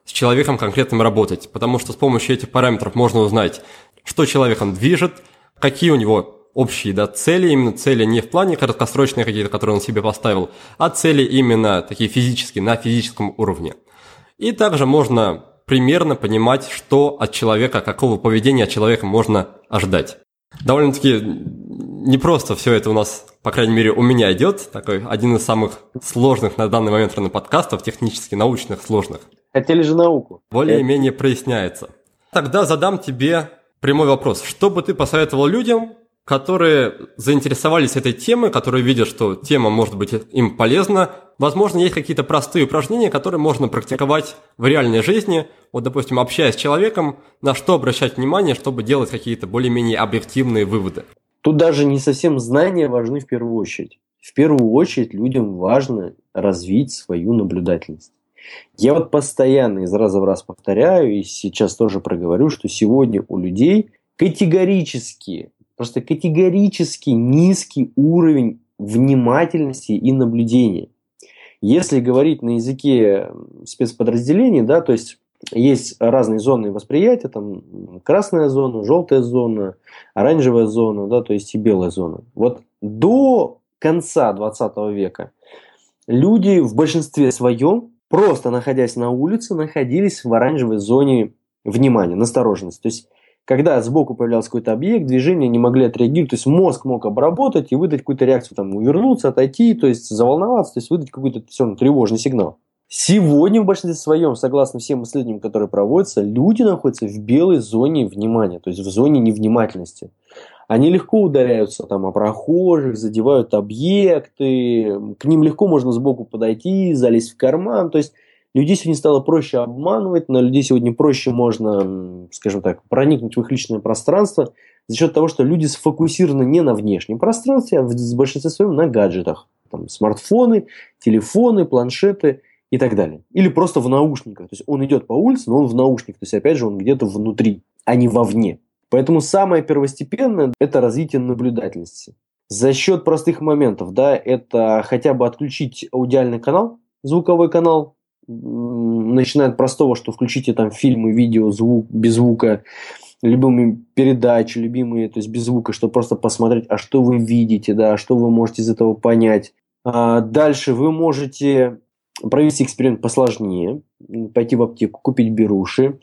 с человеком конкретным работать, потому что с помощью этих параметров можно узнать, что человеком движет, какие у него общие, да, цели, именно цели не в плане краткосрочные какие-то, которые он себе поставил, а цели именно такие физические, на физическом уровне. И также можно примерно понимать, что от человека, какого поведения от человека можно ожидать. Довольно-таки непросто все это у нас, по крайней мере, у меня идет. Такой один из самых сложных на данный момент подкастов, технически научных сложных. Хотели же науку. Более-менее проясняется. Тогда задам тебе прямой вопрос. Что бы ты посоветовал людям, которые заинтересовались этой темой, которые видят, что тема может быть им полезна? Возможно, есть какие-то простые упражнения, которые можно практиковать в реальной жизни. Вот, допустим, общаясь с человеком, на что обращать внимание, чтобы делать какие-то более-менее объективные выводы. Тут даже не совсем знания важны в первую очередь. В первую очередь людям важно развить свою наблюдательность. Я вот постоянно из раза в раз повторяю, и сейчас тоже проговорю, что сегодня у людей категорически, просто категорически низкий уровень внимательности и наблюдения. Если говорить на языке спецподразделений, да, то есть есть разные зоны восприятия, там красная зона, желтая зона, оранжевая зона, да, то есть и белая зона. Вот до конца двадцатого века люди в большинстве своем, просто находясь на улице, находились в оранжевой зоне внимания, настороженности. То есть, когда сбоку появлялся какой-то объект, движения не могли отреагировать, то есть мозг мог обработать и выдать какую-то реакцию, там, увернуться, отойти, то есть заволноваться, то есть выдать какой-то все равно тревожный сигнал. Сегодня в большинстве своем, согласно всем исследованиям, которые проводятся, люди находятся в белой зоне внимания, то есть в зоне невнимательности. Они легко ударяются там о прохожих, задевают объекты, к ним легко можно сбоку подойти, залезть в карман. То есть людей сегодня стало проще обманывать, на людей сегодня проще можно, скажем так, проникнуть в их личное пространство за счет того, что люди сфокусированы не на внешнем пространстве, а в большинстве своем на гаджетах. Там смартфоны, телефоны, планшеты и так далее. Или просто в наушниках. То есть он идет по улице, но он в наушниках. То есть опять же он где-то внутри, а не вовне. Поэтому самое первостепенное – это развитие наблюдательности. За счет простых моментов, да, это хотя бы отключить аудиальный канал, звуковой канал, начиная от простого, что включите там фильмы, видео, звук, без звука, любимые передачи, любимые, то есть без звука, чтобы просто посмотреть, а что вы видите, да, что вы можете из этого понять. А дальше вы можете провести эксперимент посложнее, пойти в аптеку, купить беруши,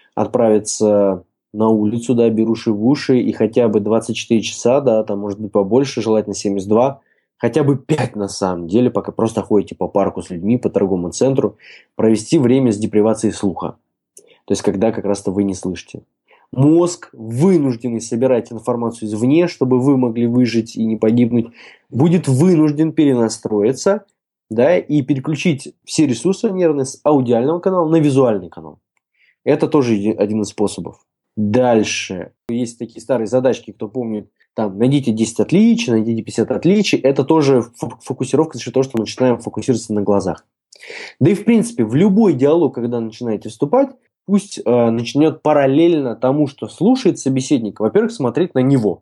отправиться на улицу, да, беруши в уши, и хотя бы двадцать четыре часа, да, там может быть побольше, желательно семьдесят два, хотя бы пять на самом деле, пока просто ходите по парку с людьми, по торговому центру, провести время с депривацией слуха. То есть, когда как раз-то вы не слышите. Мозг, вынужденный собирать информацию извне, чтобы вы могли выжить и не погибнуть, будет вынужден перенастроиться, да, и переключить все ресурсы нервные с аудиального канала на визуальный канал. Это тоже один из способов. Дальше. Есть такие старые задачки, кто помнит, там, найдите десять отличий, найдите пятьдесят отличий. Это тоже фокусировка за счет того, что мы начинаем фокусироваться на глазах. Да и, в принципе, в любой диалог, когда начинаете вступать, пусть э, начнет параллельно тому, что слушает собеседник, во-первых, смотреть на него.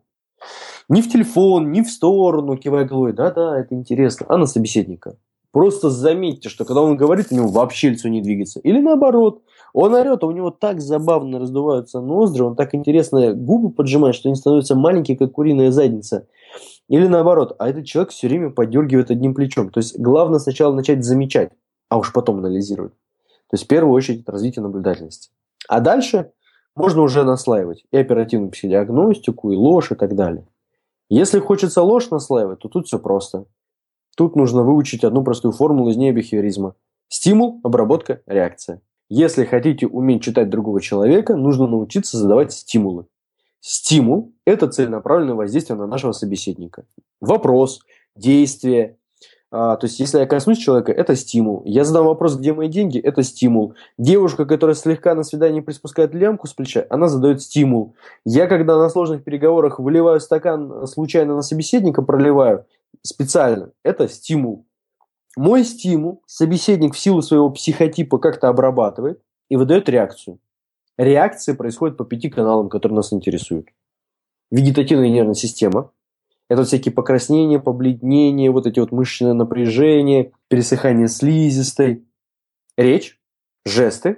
Не в телефон, не в сторону, кивая головой, да-да, это интересно, а на собеседника. Просто заметьте, что когда он говорит, у него вообще лицо не двигается. Или наоборот, он орет, а у него так забавно раздуваются ноздри, он так интересно губы поджимает, что они становятся маленькие, как куриная задница. Или наоборот, а этот человек все время подергивает одним плечом. То есть главное сначала начать замечать, а уж потом анализировать. То есть в первую очередь это развитие наблюдательности. А дальше можно уже наслаивать и оперативную психодиагностику, и ложь, и так далее. Если хочется ложь наслаивать, то тут все просто. Тут нужно выучить одну простую формулу из нейробихевиоризма. Стимул, обработка, реакция. Если хотите уметь читать другого человека, нужно научиться задавать стимулы. Стимул – это целенаправленное воздействие на нашего собеседника. Вопрос, действие. А, то есть, если я коснусь человека, это стимул. Я задам вопрос, где мои деньги, это стимул. Девушка, которая слегка на свидании приспускает лямку с плеча, она задает стимул. Я, когда на сложных переговорах выливаю стакан случайно на собеседника, проливаю специально, это стимул. Мой стимул собеседник в силу своего психотипа как-то обрабатывает и выдает реакцию. Реакции происходят по пяти каналам, которые нас интересуют. Вегетативная нервная система. Это вот всякие покраснения, побледнения, вот эти вот мышечные напряжения, пересыхание слизистой. Речь, жесты,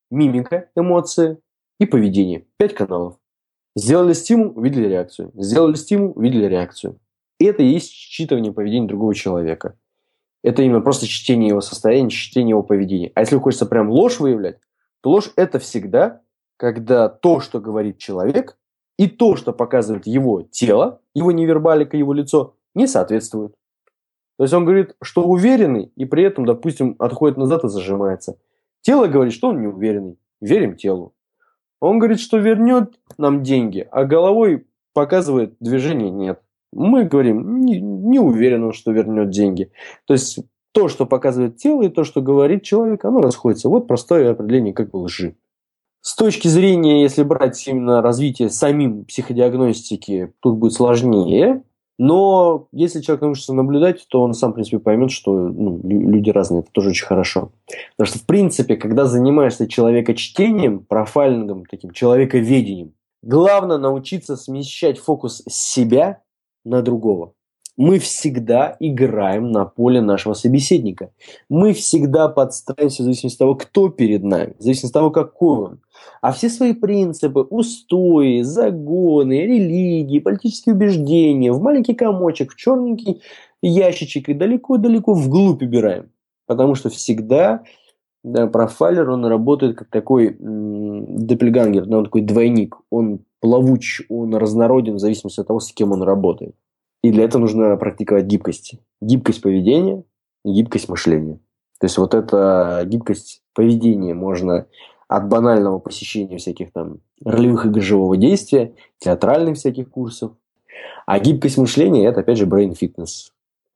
мимика, эмоции и поведение. Пять каналов. Сделали стимул, увидели реакцию. Сделали стимул, увидели реакцию. И это и есть считывание поведения другого человека. Это именно просто чтение его состояния, чтение его поведения. А если хочется прям ложь выявлять, то ложь – это всегда, когда то, что говорит человек, и то, что показывает его тело, его невербалика, его лицо, не соответствуют. То есть он говорит, что уверенный, и при этом, допустим, отходит назад и зажимается. Тело говорит, что он не уверенный. Верим телу. Он говорит, что вернет нам деньги, а головой показывает движение нет. Мы говорим, не, не уверен, что вернет деньги. То есть то, что показывает тело, и то, что говорит человек, оно расходится. Вот простое определение как бы лжи. С точки зрения, если брать именно развитие самим психодиагностики, тут будет сложнее. Но если человек научится наблюдать, то он сам, в принципе, поймет, что ну, люди разные. Это тоже очень хорошо. Потому что, в принципе, когда занимаешься человекочтением, профайлингом, таким человековедением, главное научиться смещать фокус с себя на другого. Мы всегда играем на поле нашего собеседника. Мы всегда подстраиваемся в зависимости от того, кто перед нами, в зависимости от того, какой он. А все свои принципы, устои, загоны, религии, политические убеждения в маленький комочек, в черненький ящичек и далеко-далеко вглубь убираем. Потому что всегда да, профайлер, он работает как такой м- доппельгангер, да, он такой двойник. Он плавуч, он разнороден в зависимости от того, с кем он работает. И для этого нужно практиковать гибкость. Гибкость поведения и гибкость мышления. То есть вот эта гибкость поведения можно от банального посещения всяких там ролевых игр живого действия, театральных всяких курсов. А гибкость мышления – это, опять же, brain fitness.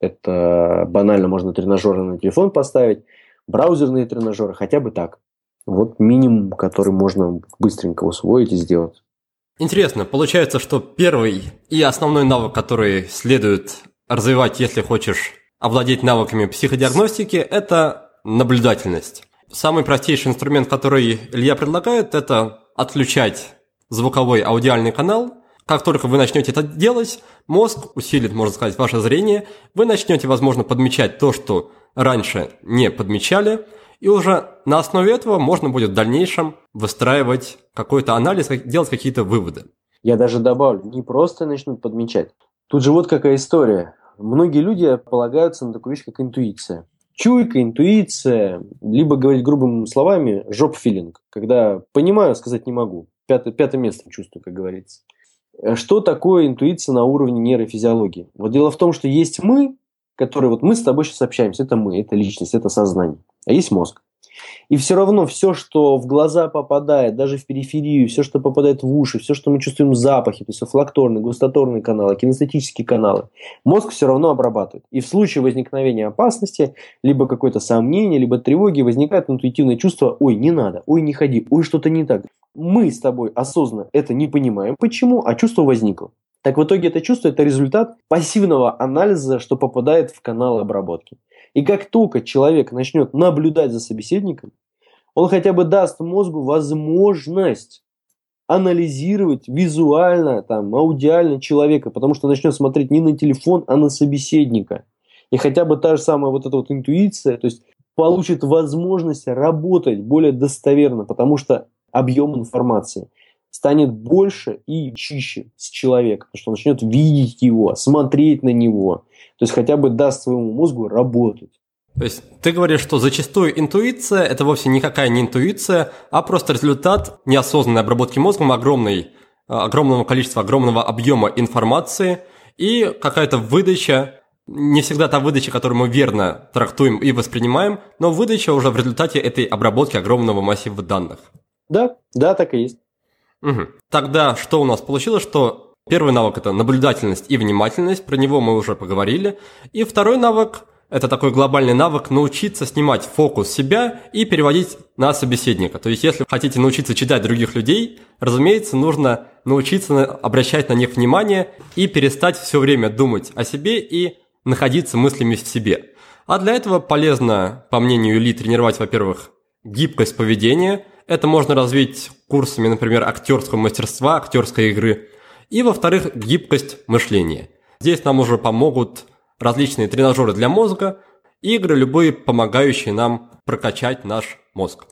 Это банально можно тренажеры на телефон поставить, браузерные тренажеры, хотя бы так. Вот минимум, который можно быстренько усвоить и сделать. Интересно, получается, что первый и основной навык, который следует развивать, если хочешь овладеть навыками психодиагностики, это наблюдательность. Самый простейший инструмент, который Илья предлагает, это отключать звуковой аудиальный канал. Как только вы начнете это делать, мозг усилит, можно сказать, ваше зрение. Вы начнете, возможно, подмечать то, что раньше не подмечали. И уже на основе этого можно будет в дальнейшем выстраивать какой-то анализ, делать какие-то выводы. Я даже добавлю, не просто начнут подмечать. Тут же вот какая история. Многие люди полагаются на такую вещь, как интуиция. Чуйка, интуиция, либо говорить грубыми словами, жоп-филинг. Когда понимаю, сказать не могу. Пятое, пятое место чувствую, как говорится. Что такое интуиция на уровне нейрофизиологии? Вот дело в том, что есть мы, которые вот мы с тобой сейчас общаемся. Это мы, это личность, это сознание. А есть мозг. И все равно все, что в глаза попадает, даже в периферию, все, что попадает в уши, все, что мы чувствуем в запахе, то есть олфакторные, густоторные каналы, кинестетические каналы, мозг все равно обрабатывает. И в случае возникновения опасности, либо какое-то сомнение, либо тревоги, возникает интуитивное чувство: ой, не надо, ой, не ходи, ой, что-то не так. Мы с тобой осознанно это не понимаем, почему, а чувство возникло. Так в итоге это чувство – это результат пассивного анализа, что попадает в канал обработки. И как только человек начнет наблюдать за собеседником, он хотя бы даст мозгу возможность анализировать визуально, там, аудиально человека, потому что начнет смотреть не на телефон, а на собеседника. И хотя бы та же самая вот эта вот интуиция, то есть получит возможность работать более достоверно, потому что объем информации станет больше и чище с человека, потому что он начнет видеть его, смотреть на него, то есть хотя бы даст своему мозгу работать. То есть ты говоришь, что зачастую интуиция – это вовсе никакая не интуиция, а просто результат неосознанной обработки мозгом огромной, огромного количества, огромного объема информации и какая-то выдача, не всегда та выдача, которую мы верно трактуем и воспринимаем, но выдача уже в результате этой обработки огромного массива данных. Да, да, так и есть. Угу. Тогда что у нас получилось, что первый навык – это наблюдательность и внимательность, про него мы уже поговорили, и второй навык – это такой глобальный навык научиться снимать фокус себя и переводить на собеседника. То есть, если хотите научиться читать других людей, разумеется, нужно научиться обращать на них внимание и перестать все время думать о себе и находиться мыслями в себе. А для этого полезно, по мнению Ильи, тренировать, во-первых, гибкость поведения. Это можно развить курсами, например, актерского мастерства, актерской игры. И, во-вторых, гибкость мышления. Здесь нам уже помогут различные тренажеры для мозга, игры, любые помогающие нам прокачать наш мозг.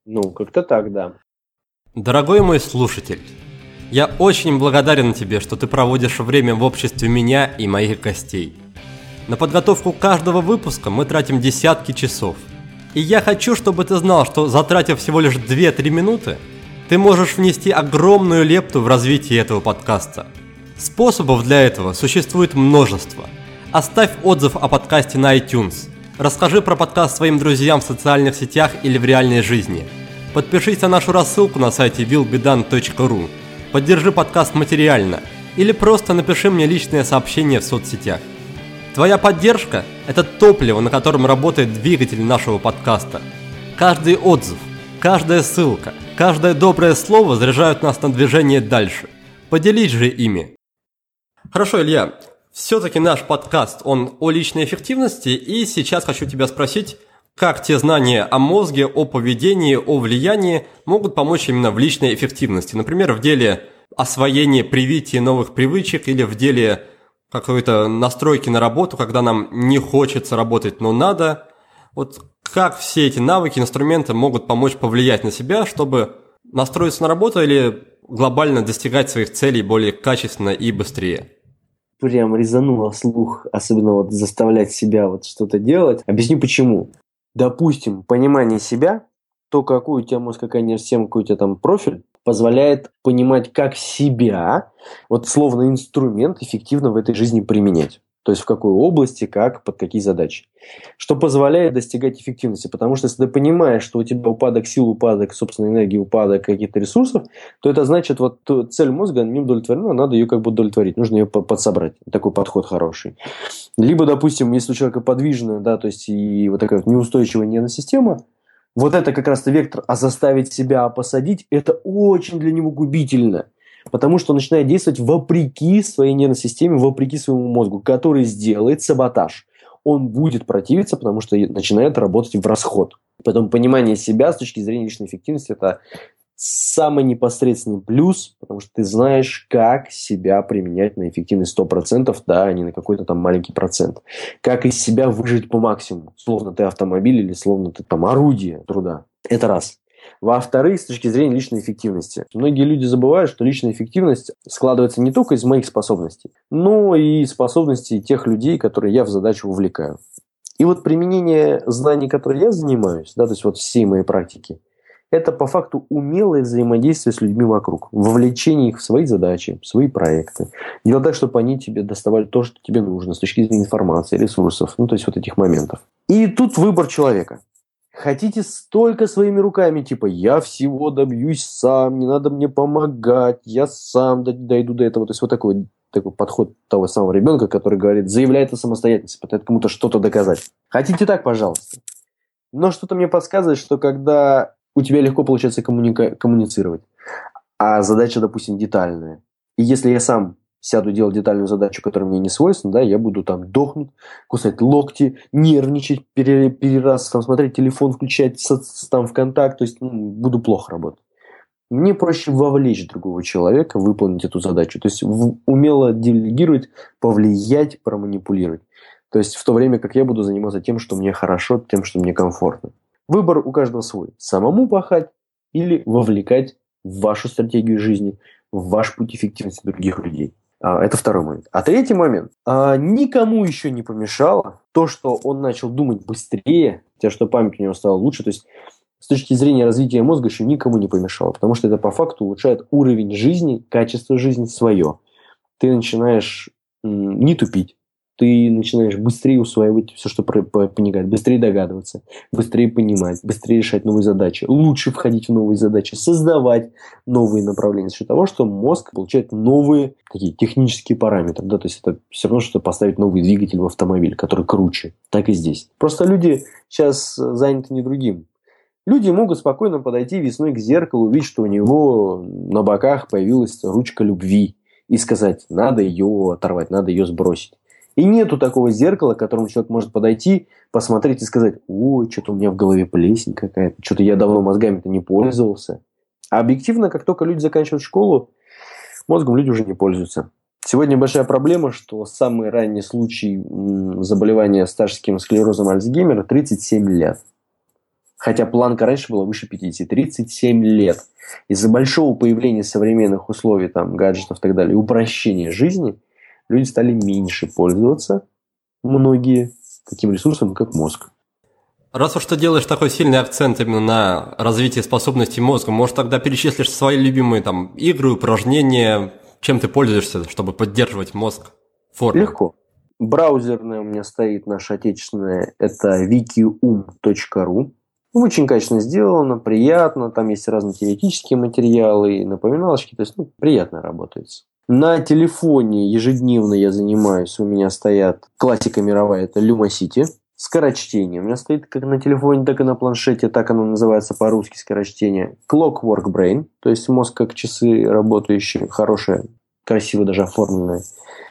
Ну, как-то так, да. Дорогой мой слушатель, я очень благодарен тебе, что ты проводишь время в обществе меня и моих гостей. На подготовку каждого выпуска мы тратим десятки часов. И я хочу, чтобы ты знал, что затратив всего лишь две-три минуты, ты можешь внести огромную лепту в развитие этого подкаста. Способов для этого существует множество. Оставь отзыв о подкасте на iTunes. Расскажи про подкаст своим друзьям в социальных сетях или в реальной жизни. Подпишись на нашу рассылку на сайте вил би дан точка ру. Поддержи подкаст материально. Или просто напиши мне личное сообщение в соцсетях. Твоя поддержка – это топливо, на котором работает двигатель нашего подкаста. Каждый отзыв, каждая ссылка, каждое доброе слово заряжают нас на движение дальше. Поделись же ими. Хорошо, Илья, все-таки наш подкаст, он о личной эффективности, и сейчас хочу тебя спросить, как те знания о мозге, о поведении, о влиянии могут помочь именно в личной эффективности. Например, в деле освоения, привития новых привычек или в деле какой-то настройки на работу, когда нам не хочется работать, но надо. Вот как все эти навыки, инструменты могут помочь повлиять на себя, чтобы настроиться на работу или глобально достигать своих целей более качественно и быстрее? Прям резануло слух, особенно вот заставлять себя вот что-то делать. Объясню почему. Допустим, понимание себя, то, какой у тебя мозг, какая нервная система, какой у тебя там профиль, позволяет понимать, как себя, вот словно инструмент, эффективно в этой жизни применять. То есть в какой области, как, под какие задачи. Что позволяет достигать эффективности. Потому что если ты понимаешь, что у тебя упадок сил, упадок собственной энергии, упадок каких-то ресурсов, то это значит, вот цель мозга не удовлетворена, надо ее как бы удовлетворить. Нужно ее подсобрать. Такой подход хороший. Либо, допустим, если у человека подвижная, да, то есть и вот такая вот неустойчивая нервная система, вот это как раз-то вектор, а заставить себя посадить, это очень для него губительно. Потому что он начинает действовать вопреки своей нервной системе, вопреки своему мозгу, который сделает саботаж. Он будет противиться, потому что начинает работать в расход. Поэтому понимание себя с точки зрения личной эффективности – это самый непосредственный плюс, потому что ты знаешь, как себя применять на эффективность сто процентов, да, а не на какой-то там маленький процент. Как из себя выжить по максимуму. Словно ты автомобиль или словно ты там орудие труда. Это раз. Во-вторых, с точки зрения личной эффективности. Многие люди забывают, что личная эффективность складывается не только из моих способностей, но и способностей тех людей, которые я в задачу вовлекаю. И вот применение знаний, которые я занимаюсь, да, то есть вот всей моей практики, это по факту умелое взаимодействие с людьми вокруг, вовлечение их в свои задачи, в свои проекты. Делать так, чтобы они тебе доставали то, что тебе нужно с точки зрения информации, ресурсов, ну то есть вот этих моментов. И тут выбор человека. Хотите столько своими руками, типа я всего добьюсь сам, не надо мне помогать, я сам дойду до этого. То есть вот такой, такой подход того самого ребенка, который говорит, заявляет о самостоятельности, пытается кому-то что-то доказать. Хотите так, пожалуйста. Но что-то мне подсказывает, что когда у тебя легко получается коммуника- коммуницировать, а задача, допустим, детальная, и если я сам сяду делать детальную задачу, которая мне не свойственна, да, я буду там дохнуть, кусать локти, нервничать, пере, перераз, там, смотреть телефон, включать соц, там ВКонтакт, то есть ну, буду плохо работать. Мне проще вовлечь другого человека, выполнить эту задачу, то есть в, умело делегировать, повлиять, проманипулировать. То есть в то время, как я буду заниматься тем, что мне хорошо, тем, что мне комфортно. Выбор у каждого свой. Самому пахать или вовлекать в вашу стратегию жизни, в ваш путь эффективности других людей. Это второй момент. А третий момент. Никому еще не помешало то, что он начал думать быстрее, те, что память у него стала лучше. То есть с точки зрения развития мозга еще никому не помешало. Потому что это по факту улучшает уровень жизни, качество жизни свое. Ты начинаешь не тупить. Ты начинаешь быстрее усваивать все, что проникает, быстрее догадываться, быстрее понимать, быстрее решать новые задачи, лучше входить в новые задачи, создавать новые направления. За счет того, что мозг получает новые такие технические параметры. Да? То есть это все равно, что поставить новый двигатель в автомобиль, который круче. Так и здесь. Просто люди сейчас заняты не другим. Люди могут спокойно подойти весной к зеркалу, увидеть, что у него на боках появилась ручка любви, и сказать, надо ее оторвать, надо ее сбросить. И нету такого зеркала, к которому человек может подойти, посмотреть и сказать, ой, что-то у меня в голове плесень какая-то, что-то я давно мозгами-то не пользовался. А объективно, как только люди заканчивают школу, мозгом люди уже не пользуются. Сегодня большая проблема, что самый ранний случай заболевания старческим склерозом Альцгеймера тридцать семь лет. Хотя планка раньше была выше пятидесяти, тридцать семь лет. Из-за большого появления современных условий, там, гаджетов и так далее, и упрощения жизни, люди стали меньше пользоваться, многие, таким ресурсом, как мозг. Раз уж ты делаешь такой сильный акцент именно на развитие способностей мозга, может, тогда перечислишь свои любимые там игры, упражнения, чем ты пользуешься, чтобы поддерживать мозг в форме? Легко. Браузерная у меня стоит наша отечественная, это викиум точка ру. Очень качественно сделано, приятно, там есть разные теоретические материалы, напоминалочки, то есть ну, приятно работает. На телефоне ежедневно я занимаюсь, у меня стоят классика мировая, это Lumosity. Скорочтение. У меня стоит как на телефоне, так и на планшете, так оно называется по-русски скорочтение. Clockwork Brain, то есть мозг как часы работающие, хорошее, красиво даже оформленное.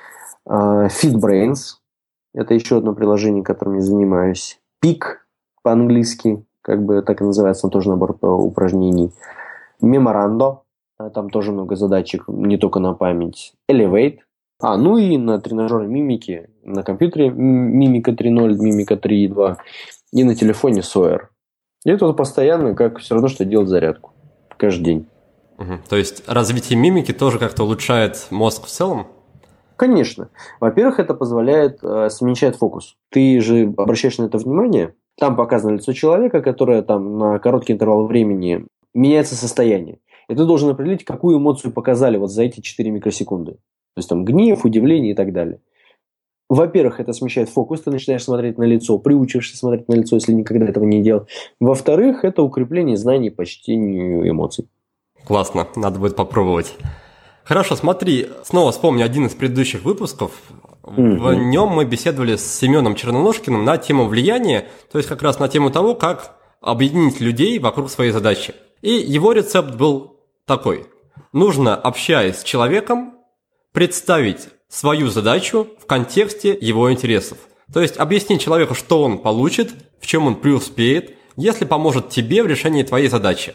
FitBrains, это еще одно приложение, которым я занимаюсь. Peak по-английски, как бы так и называется, он тоже набор упражнений. Memorando, там тоже много задачек, не только на память. Elevate. А, ну и на тренажеры мимики, на компьютере Мимика три ноль, Мимика три два и на телефоне Sawyer. И это постоянно, как все равно, что делать зарядку. Каждый день. Угу. То есть развитие мимики тоже как-то улучшает мозг в целом? Конечно. Во-первых, это позволяет, э, смягчает фокус. Ты же обращаешь на это внимание. Там показано лицо человека, которое там на короткий интервал времени меняется состояние. И ты должен определить, какую эмоцию показали вот за эти четыре микросекунды. То есть там гнев, удивление и так далее. Во-первых, это смещает фокус, ты начинаешь смотреть на лицо, приучиваешься смотреть на лицо, если никогда этого не делал. Во-вторых, это укрепление знаний по чтению эмоций. Классно, надо будет попробовать. Хорошо, смотри, снова вспомню один из предыдущих выпусков. Mm-hmm. В нем мы беседовали с Семеном Черноножкиным на тему влияния, то есть как раз на тему того, как объединить людей вокруг своей задачи. И его рецепт был такой. Нужно, общаясь с человеком, представить свою задачу в контексте его интересов. То есть объяснить человеку, что он получит, в чем он преуспеет, если поможет тебе в решении твоей задачи.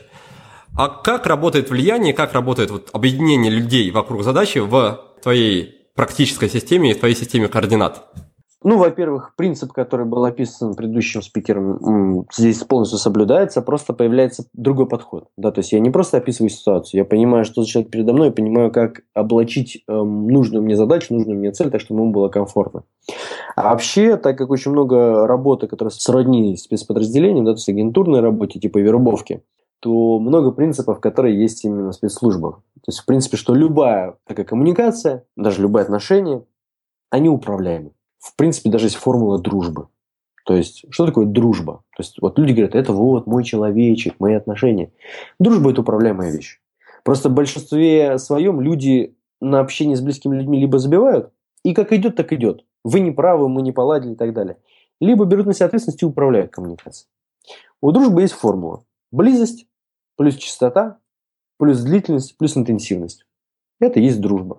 А как работает влияние, как работает вот объединение людей вокруг задачи в твоей практической системе и в твоей системе координат? Ну, во-первых, принцип, который был описан предыдущим спикером, здесь полностью соблюдается, просто появляется другой подход. Да? То есть я не просто описываю ситуацию, я понимаю, что человек передо мной, я понимаю, как облачить э, нужную мне задачу, нужную мне цель, так, чтобы ему было комфортно. А вообще, так как очень много работы, которая сродни спецподразделениям, да, то есть агентурной работе, типа вербовки, то много принципов, которые есть именно в спецслужбах. То есть, в принципе, что любая такая коммуникация, даже любые отношения, они управляемы. В принципе, даже есть формула дружбы. То есть, что такое дружба? То есть, вот люди говорят, это вот мой человечек, мои отношения. Дружба – это управляемая вещь. Просто в большинстве своем люди на общение с близкими людьми либо забивают, и как идет, так идет. Вы не правы, мы не поладили и так далее. Либо берут на себя ответственность и управляют коммуникацией. У дружбы есть формула. Близость плюс частота, плюс длительность, плюс интенсивность. Это есть дружба.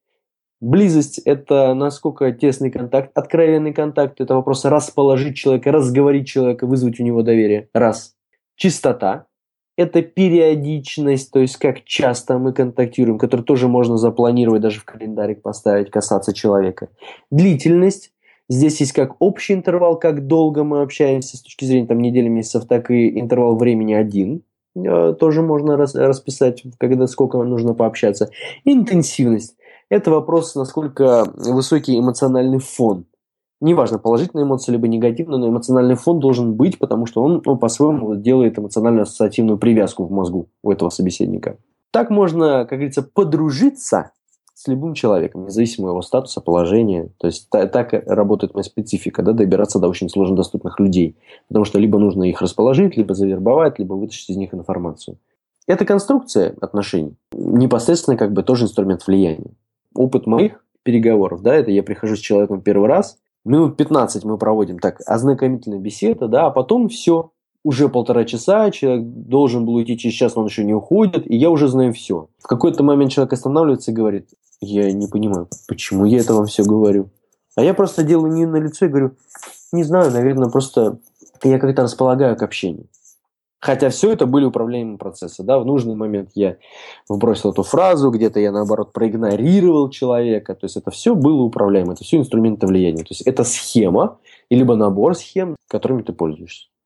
Близость – это насколько тесный контакт, откровенный контакт. Это вопрос расположить человека, разговорить человека, вызвать у него доверие. Раз. Частота – это периодичность, то есть как часто мы контактируем, которую тоже можно запланировать, даже в календарик поставить, касаться человека. Длительность – здесь есть как общий интервал, как долго мы общаемся с точки зрения там, недели, месяцев, так и интервал времени один. Тоже можно расписать, когда сколько нужно пообщаться. Интенсивность. Это вопрос, насколько высокий эмоциональный фон. Неважно, положительные эмоции, либо негативные, но эмоциональный фон должен быть, потому что он ну, по-своему делает эмоционально-ассоциативную привязку в мозгу у этого собеседника. Так можно, как говорится, подружиться с любым человеком, независимо от его статуса, положения. То есть та, так работает моя специфика, да, добираться до очень сложно доступных людей. Потому что либо нужно их расположить, либо завербовать, либо вытащить из них информацию. Эта конструкция отношений непосредственно как бы тоже инструмент влияния. Опыт моих переговоров, да, это я прихожу с человеком первый раз, минут пятнадцать мы проводим так, ознакомительная беседа, да, а потом все, уже полтора часа, человек должен был уйти через час, но он еще не уходит, и я уже знаю все. В какой-то момент человек останавливается и говорит, я не понимаю, почему я это вам все говорю. А я просто делаю не на лицо и говорю, не знаю, наверное, просто я как-то располагаю к общению. Хотя все это были управляемые процессы. Да? В нужный момент я вбросил эту фразу, где-то я, наоборот, проигнорировал человека. То есть это все было управляемо, это все инструменты влияния. То есть это схема, либо набор схем, которыми ты пользуешься.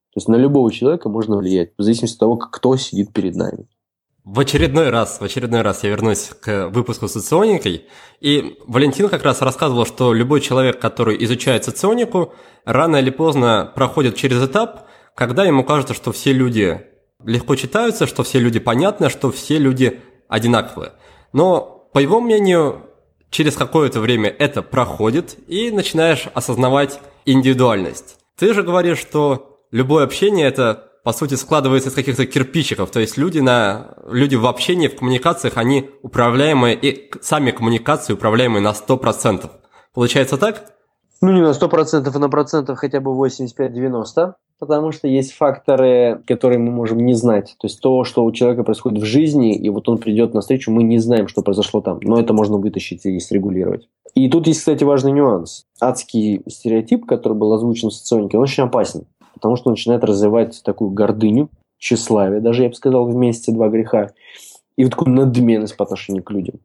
То есть на любого человека можно влиять, в зависимости от того, кто сидит перед нами. В очередной раз, в очередной раз я вернусь к выпуску с соционикой, и Валентин как раз рассказывал, что любой человек, который изучает соционику, рано или поздно проходит через этап, когда ему кажется, что все люди легко читаются, что все люди понятны, что все люди одинаковые. Но, по его мнению, через какое-то время это проходит, и начинаешь осознавать индивидуальность. Ты же говоришь, что любое общение – это, по сути, складывается из каких-то кирпичиков, то есть люди, на, люди в общении, в коммуникациях, они управляемые, и сами коммуникации управляемые на сто процентов. Получается так? Ну, не на сто процентов, а на процентов хотя бы восемьдесят пять - девяносто, потому что есть факторы, которые мы можем не знать. То есть то, что у человека происходит в жизни, и вот он придет на встречу, мы не знаем, что произошло там, но это можно вытащить и срегулировать. И тут есть, кстати, важный нюанс. Адский стереотип, который был озвучен в соционике, он очень опасен. Потому что он начинает развивать такую гордыню, тщеславие, даже, я бы сказал, вместе два греха, и вот такую надменность по отношению к людям.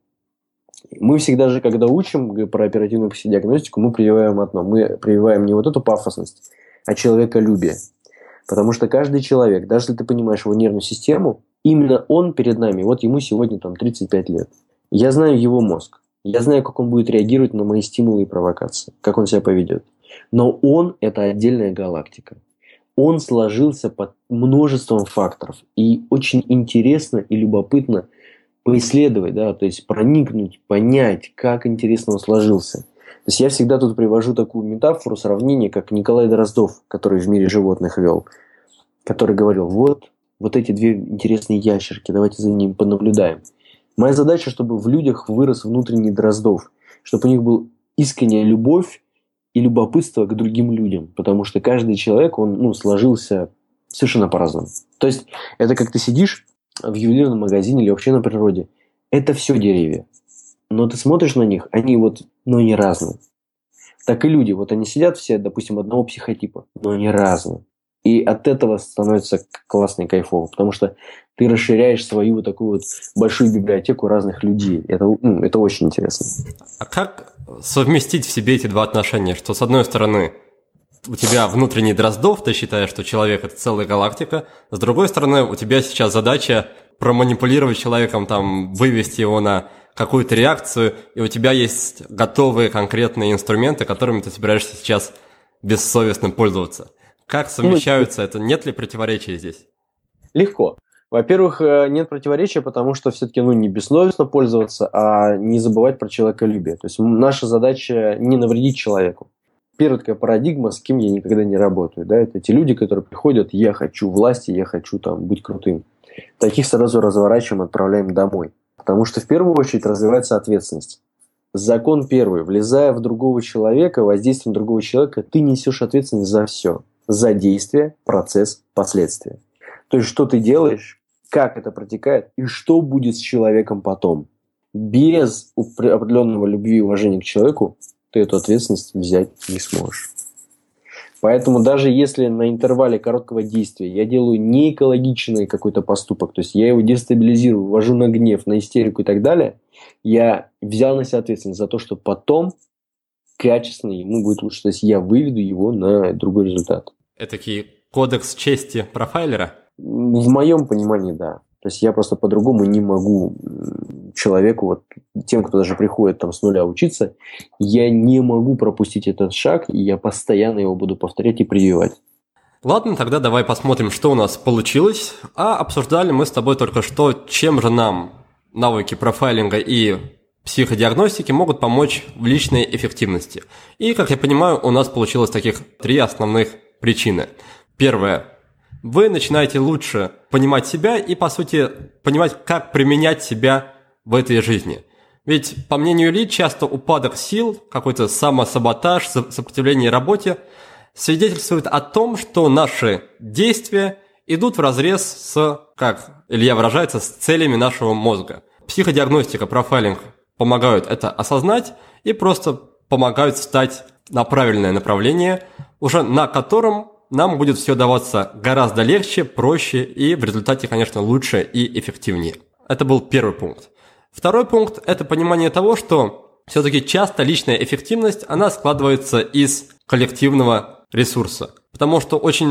Мы всегда же, когда учим про оперативную психодиагностику, мы прививаем одно. Мы прививаем не вот эту пафосность, а человеколюбие. Потому что каждый человек, даже если ты понимаешь его нервную систему, именно он перед нами, вот ему сегодня там тридцать пять лет. Я знаю его мозг. Я знаю, как он будет реагировать на мои стимулы и провокации, как он себя поведет. Но он – это отдельная галактика. Он сложился под множеством факторов. И очень интересно и любопытно поисследовать, да, то есть проникнуть, понять, как интересно он сложился. То есть я всегда тут привожу такую метафору, сравнение, как Николай Дроздов, который в мире животных вел, который говорил, вот, вот эти две интересные ящерки, давайте за ними понаблюдаем. Моя задача, чтобы в людях вырос внутренний Дроздов, чтобы у них была искренняя любовь и любопытство к другим людям, потому что каждый человек, он ну, сложился совершенно по-разному. То есть это как ты сидишь в ювелирном магазине или вообще на природе. Это все деревья. Но ты смотришь на них, они вот, ну, не разные. Так и люди, вот они сидят все, допустим, одного психотипа, но они разные. И от этого становится классно и кайфово, потому что ты расширяешь свою вот такую вот большую библиотеку разных людей. Это, ну, это очень интересно. А как совместить в себе эти два отношения? Что, с одной стороны, у тебя внутренний Дроздов, ты считаешь, что человек – это целая галактика. С другой стороны, у тебя сейчас задача проманипулировать человеком, там, вывести его на какую-то реакцию, и у тебя есть готовые конкретные инструменты, которыми ты собираешься сейчас бессовестно пользоваться. Как совмещаются это? Нет ли противоречия здесь? Легко. Во-первых, нет противоречия, потому что все-таки ну, не бессовестно пользоваться, а не забывать про человеколюбие. То есть наша задача не навредить человеку. Первая такая парадигма, с кем я никогда не работаю, да, это те люди, которые приходят, я хочу власти, я хочу там быть крутым. Таких сразу разворачиваем, отправляем домой. Потому что в первую очередь развивается ответственность. Закон первый. Влезая в другого человека, воздействием на другого человека, ты несешь ответственность за все. За действие, процесс, последствия. То есть, что ты делаешь, как это протекает и что будет с человеком потом. Без определенного любви и уважения к человеку ты эту ответственность взять не сможешь. Поэтому даже если на интервале короткого действия я делаю не экологичный какой-то поступок, то есть я его дестабилизирую, ввожу на гнев, на истерику и так далее, я взял на себя ответственность за то, что потом качественно ему будет лучше. То есть я выведу его на другой результат. Этакий кодекс чести профайлера? В моем понимании, да. То есть я просто по-другому не могу человеку, вот тем, кто даже приходит там с нуля учиться, я не могу пропустить этот шаг, и я постоянно его буду повторять и прививать. Ладно, тогда давай посмотрим, что у нас получилось. А обсуждали мы с тобой только что, чем же нам навыки профайлинга и психодиагностики могут помочь в личной эффективности. И, как я понимаю, у нас получилось таких три основных причины. Первое. Вы начинаете лучше понимать себя и, по сути, понимать, как применять себя в этой жизни. Ведь, по мнению Ли, часто упадок сил, какой-то самосаботаж, сопротивление работе свидетельствует о том, что наши действия идут вразрез с, как Илья выражается, с целями нашего мозга. Психодиагностика, профайлинг помогают это осознать и просто помогают встать на правильное направление, уже на котором нам будет все даваться гораздо легче, проще и в результате, конечно, лучше и эффективнее. Это был первый пункт. Второй пункт – это понимание того, что все-таки часто личная эффективность, она складывается из коллективного ресурса. Потому что очень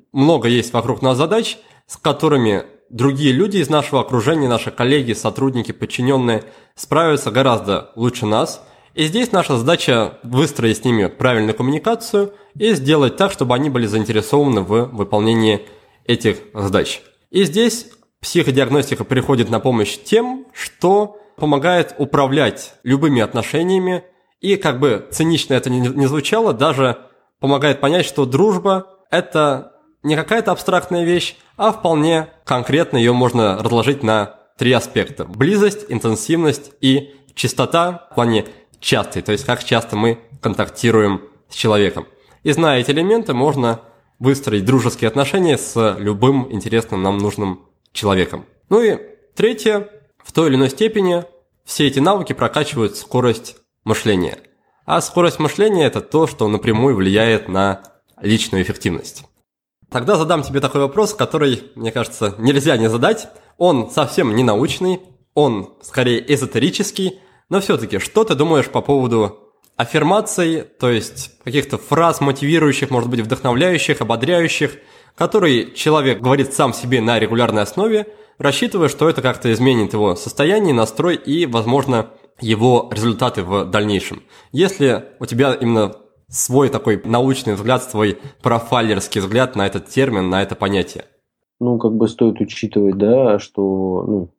много есть вокруг нас задач, с которыми другие люди из нашего окружения, наши коллеги, сотрудники, подчиненные справятся гораздо лучше нас. И здесь наша задача выстроить с ними правильную коммуникацию и сделать так, чтобы они были заинтересованы в выполнении этих задач. И здесь психодиагностика приходит на помощь тем, что помогает управлять любыми отношениями и, как бы цинично это ни звучало, даже помогает понять, что дружба – это не какая-то абстрактная вещь, а вполне конкретно ее можно разложить на три аспекта. Близость, интенсивность и частота в плане частый, то есть как часто мы контактируем с человеком. И зная эти элементы, можно выстроить дружеские отношения с любым интересным нам нужным человеком. Ну и третье, в той или иной степени все эти навыки прокачивают скорость мышления. А скорость мышления – это то, что напрямую влияет на личную эффективность. Тогда задам тебе такой вопрос, который, мне кажется, нельзя не задать. Он совсем не научный, он скорее эзотерический, но все-таки, что ты думаешь по поводу аффирмаций, то есть каких-то фраз мотивирующих, может быть, вдохновляющих, ободряющих, которые человек говорит сам себе на регулярной основе, рассчитывая, что это как-то изменит его состояние, настрой и, возможно, его результаты в дальнейшем. Если у тебя именно свой такой научный взгляд, свой профайлерский взгляд на этот термин, на это понятие. Ну, как бы стоит учитывать, да, что ну,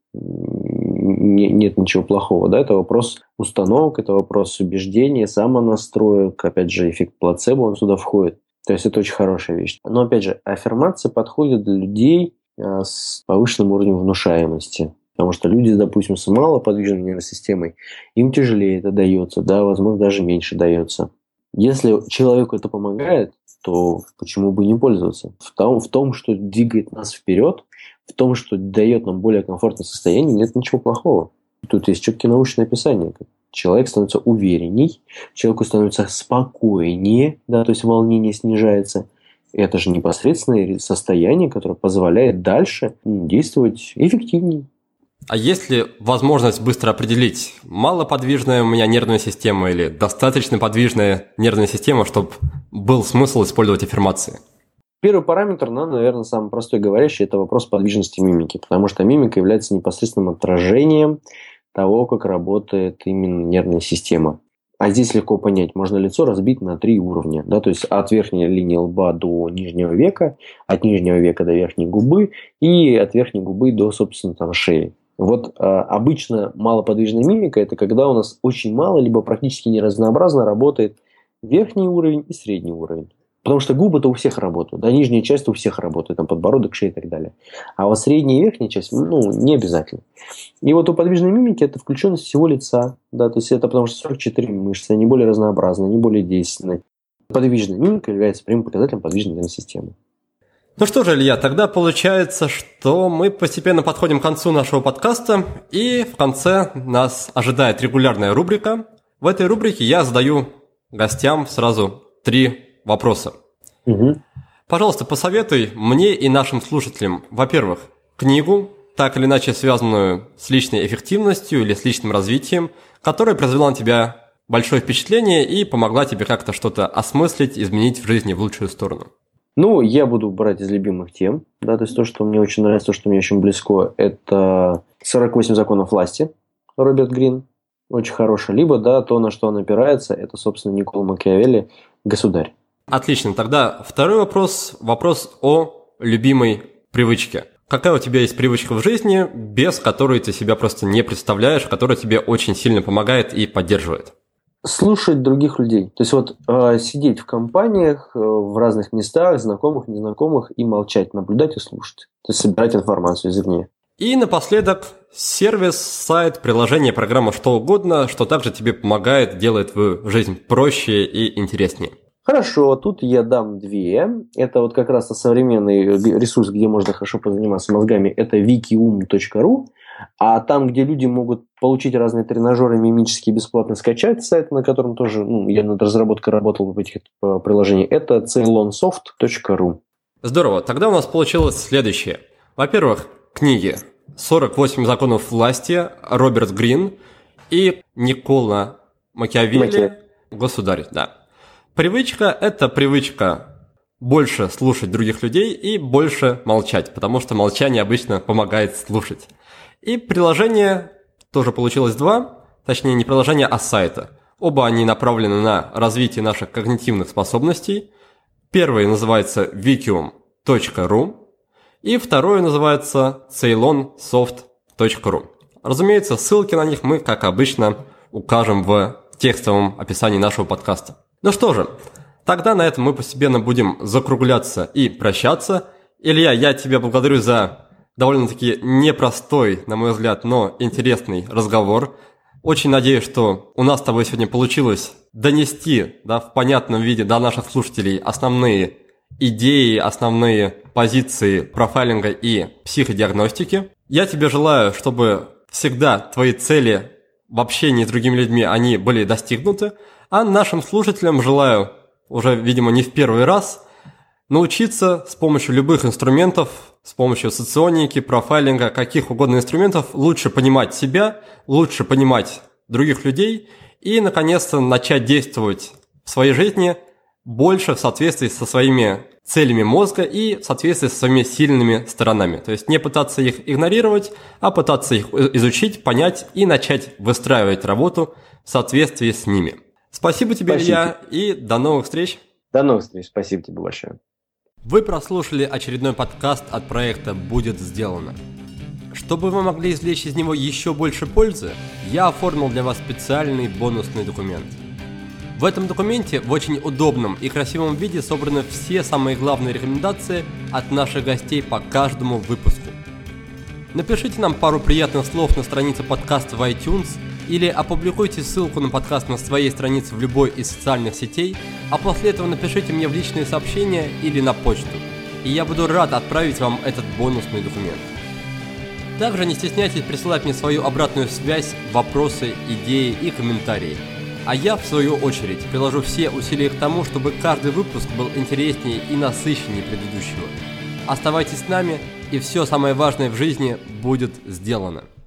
не, нет ничего плохого, да, это вопрос установок, это вопрос убеждения, самонастроек, опять же, эффект плацебо, он сюда входит. То есть это очень хорошая вещь. Но, опять же, аффирмации подходят для людей а, с повышенным уровнем внушаемости. Потому что люди, допустим, с малоподвижной нервной системой, им тяжелее это дается, да, возможно, даже меньше дается. Если человеку это помогает, то почему бы не пользоваться? В том, в том, что двигает нас вперед, в том, что дает нам более комфортное состояние, нет ничего плохого. Тут есть четкие научные описания. Человек становится уверенней, человеку становится спокойнее, да, то есть волнение снижается. Это же непосредственное состояние, которое позволяет дальше действовать эффективнее. А есть ли возможность быстро определить, малоподвижная у меня нервная система или достаточно подвижная нервная система, чтобы был смысл использовать аффирмации? Первый параметр, ну, наверное, самый простой говорящий, это вопрос подвижности мимики, потому что мимика является непосредственным отражением того, как работает именно нервная система. А здесь легко понять, можно лицо разбить на три уровня, да, то есть от верхней линии лба до нижнего века, от нижнего века до верхней губы и от верхней губы до, собственно, там, шеи. Вот а, обычно малоподвижная мимика – это когда у нас очень мало, либо практически неразнообразно работает верхний уровень и средний уровень. Потому что губы-то у всех работают, да, нижняя часть у всех работает, там подбородок, шея и так далее. А вот средняя и верхняя часть, ну, не обязательно. И вот у подвижной мимики это включенность всего лица, да, то есть это потому что сорок четыре мышцы, они более разнообразны, они более действенны. Подвижная мимика является прямым показателем подвижной нервной системы. Ну что же, Илья, тогда получается, что мы постепенно подходим к концу нашего подкаста, и в конце нас ожидает регулярная рубрика. В этой рубрике я задаю гостям сразу три вопроса. Угу. Пожалуйста, посоветуй мне и нашим слушателям, во-первых, книгу, так или иначе связанную с личной эффективностью или с личным развитием, которая произвела на тебя большое впечатление и помогла тебе как-то что-то осмыслить, изменить в жизни в лучшую сторону. Ну, я буду брать из любимых тем, да, то есть то, что мне очень нравится, то, что мне очень близко, это сорок восемь законов власти, Роберт Грин, очень хороший. Либо, да, то, на что он опирается, это, собственно, Никколо Макиавелли, «Государь». Отлично, тогда второй вопрос, вопрос о любимой привычке. Какая у тебя есть привычка в жизни, без которой ты себя просто не представляешь, которая тебе очень сильно помогает и поддерживает? Слушать других людей. То есть вот э, сидеть в компаниях, э, в разных местах, знакомых, незнакомых, и молчать, наблюдать и слушать. То есть собирать информацию извне. И напоследок сервис, сайт, приложение, программа, что угодно, что также тебе помогает, делает твою жизнь проще и интереснее. Хорошо, тут я дам две. Это вот как раз современный ресурс, где можно хорошо позаниматься мозгами, это викиум точка ру. А там, где люди могут получить разные тренажеры мимические, бесплатно скачать сайт, на котором тоже ну, я над разработкой работал в этих приложениях, это цейлонсофт точка ру. Здорово, тогда у нас получилось следующее. Во-первых, книги «сорок восемь законов власти», Роберт Грин и Никколо Макиавелли, «Государь». Да. Привычка – это привычка больше слушать других людей и больше молчать, потому что молчание обычно помогает слушать. И приложение тоже получилось два, точнее не приложение, а сайта. Оба они направлены на развитие наших когнитивных способностей. Первый называется викиум точка ру и второй называется цейлон софт точка ру. Разумеется, ссылки на них мы, как обычно, укажем в текстовом описании нашего подкаста. Ну что же, тогда на этом мы постепенно будем закругляться и прощаться. Илья, я тебя благодарю за довольно-таки непростой, на мой взгляд, но интересный разговор. Очень надеюсь, что у нас с тобой сегодня получилось донести, да, в понятном виде до наших слушателей основные идеи, основные позиции профайлинга и психодиагностики. Я тебе желаю, чтобы всегда твои цели в общении с другими людьми, они были достигнуты, а нашим слушателям желаю, уже, видимо, не в первый раз, научиться с помощью любых инструментов, с помощью соционики, профайлинга, каких угодно инструментов, лучше понимать себя, лучше понимать других людей и, наконец-то, начать действовать в своей жизни больше в соответствии со своими целями мозга и в соответствии со своими сильными сторонами. То есть не пытаться их игнорировать, а пытаться их изучить, понять и начать выстраивать работу в соответствии с ними. Спасибо тебе, Спасибо. Илья, и до новых встреч. До новых встреч. Спасибо тебе большое. Вы прослушали очередной подкаст от проекта «Будет сделано». Чтобы вы могли извлечь из него еще больше пользы, я оформил для вас специальный бонусный документ. В этом документе в очень удобном и красивом виде собраны все самые главные рекомендации от наших гостей по каждому выпуску. Напишите нам пару приятных слов на странице подкаста в iTunes или опубликуйте ссылку на подкаст на своей странице в любой из социальных сетей, а после этого напишите мне в личные сообщения или на почту, и я буду рад отправить вам этот бонусный документ. Также не стесняйтесь присылать мне свою обратную связь, вопросы, идеи и комментарии. А я, в свою очередь, приложу все усилия к тому, чтобы каждый выпуск был интереснее и насыщеннее предыдущего. Оставайтесь с нами, и все самое важное в жизни будет сделано.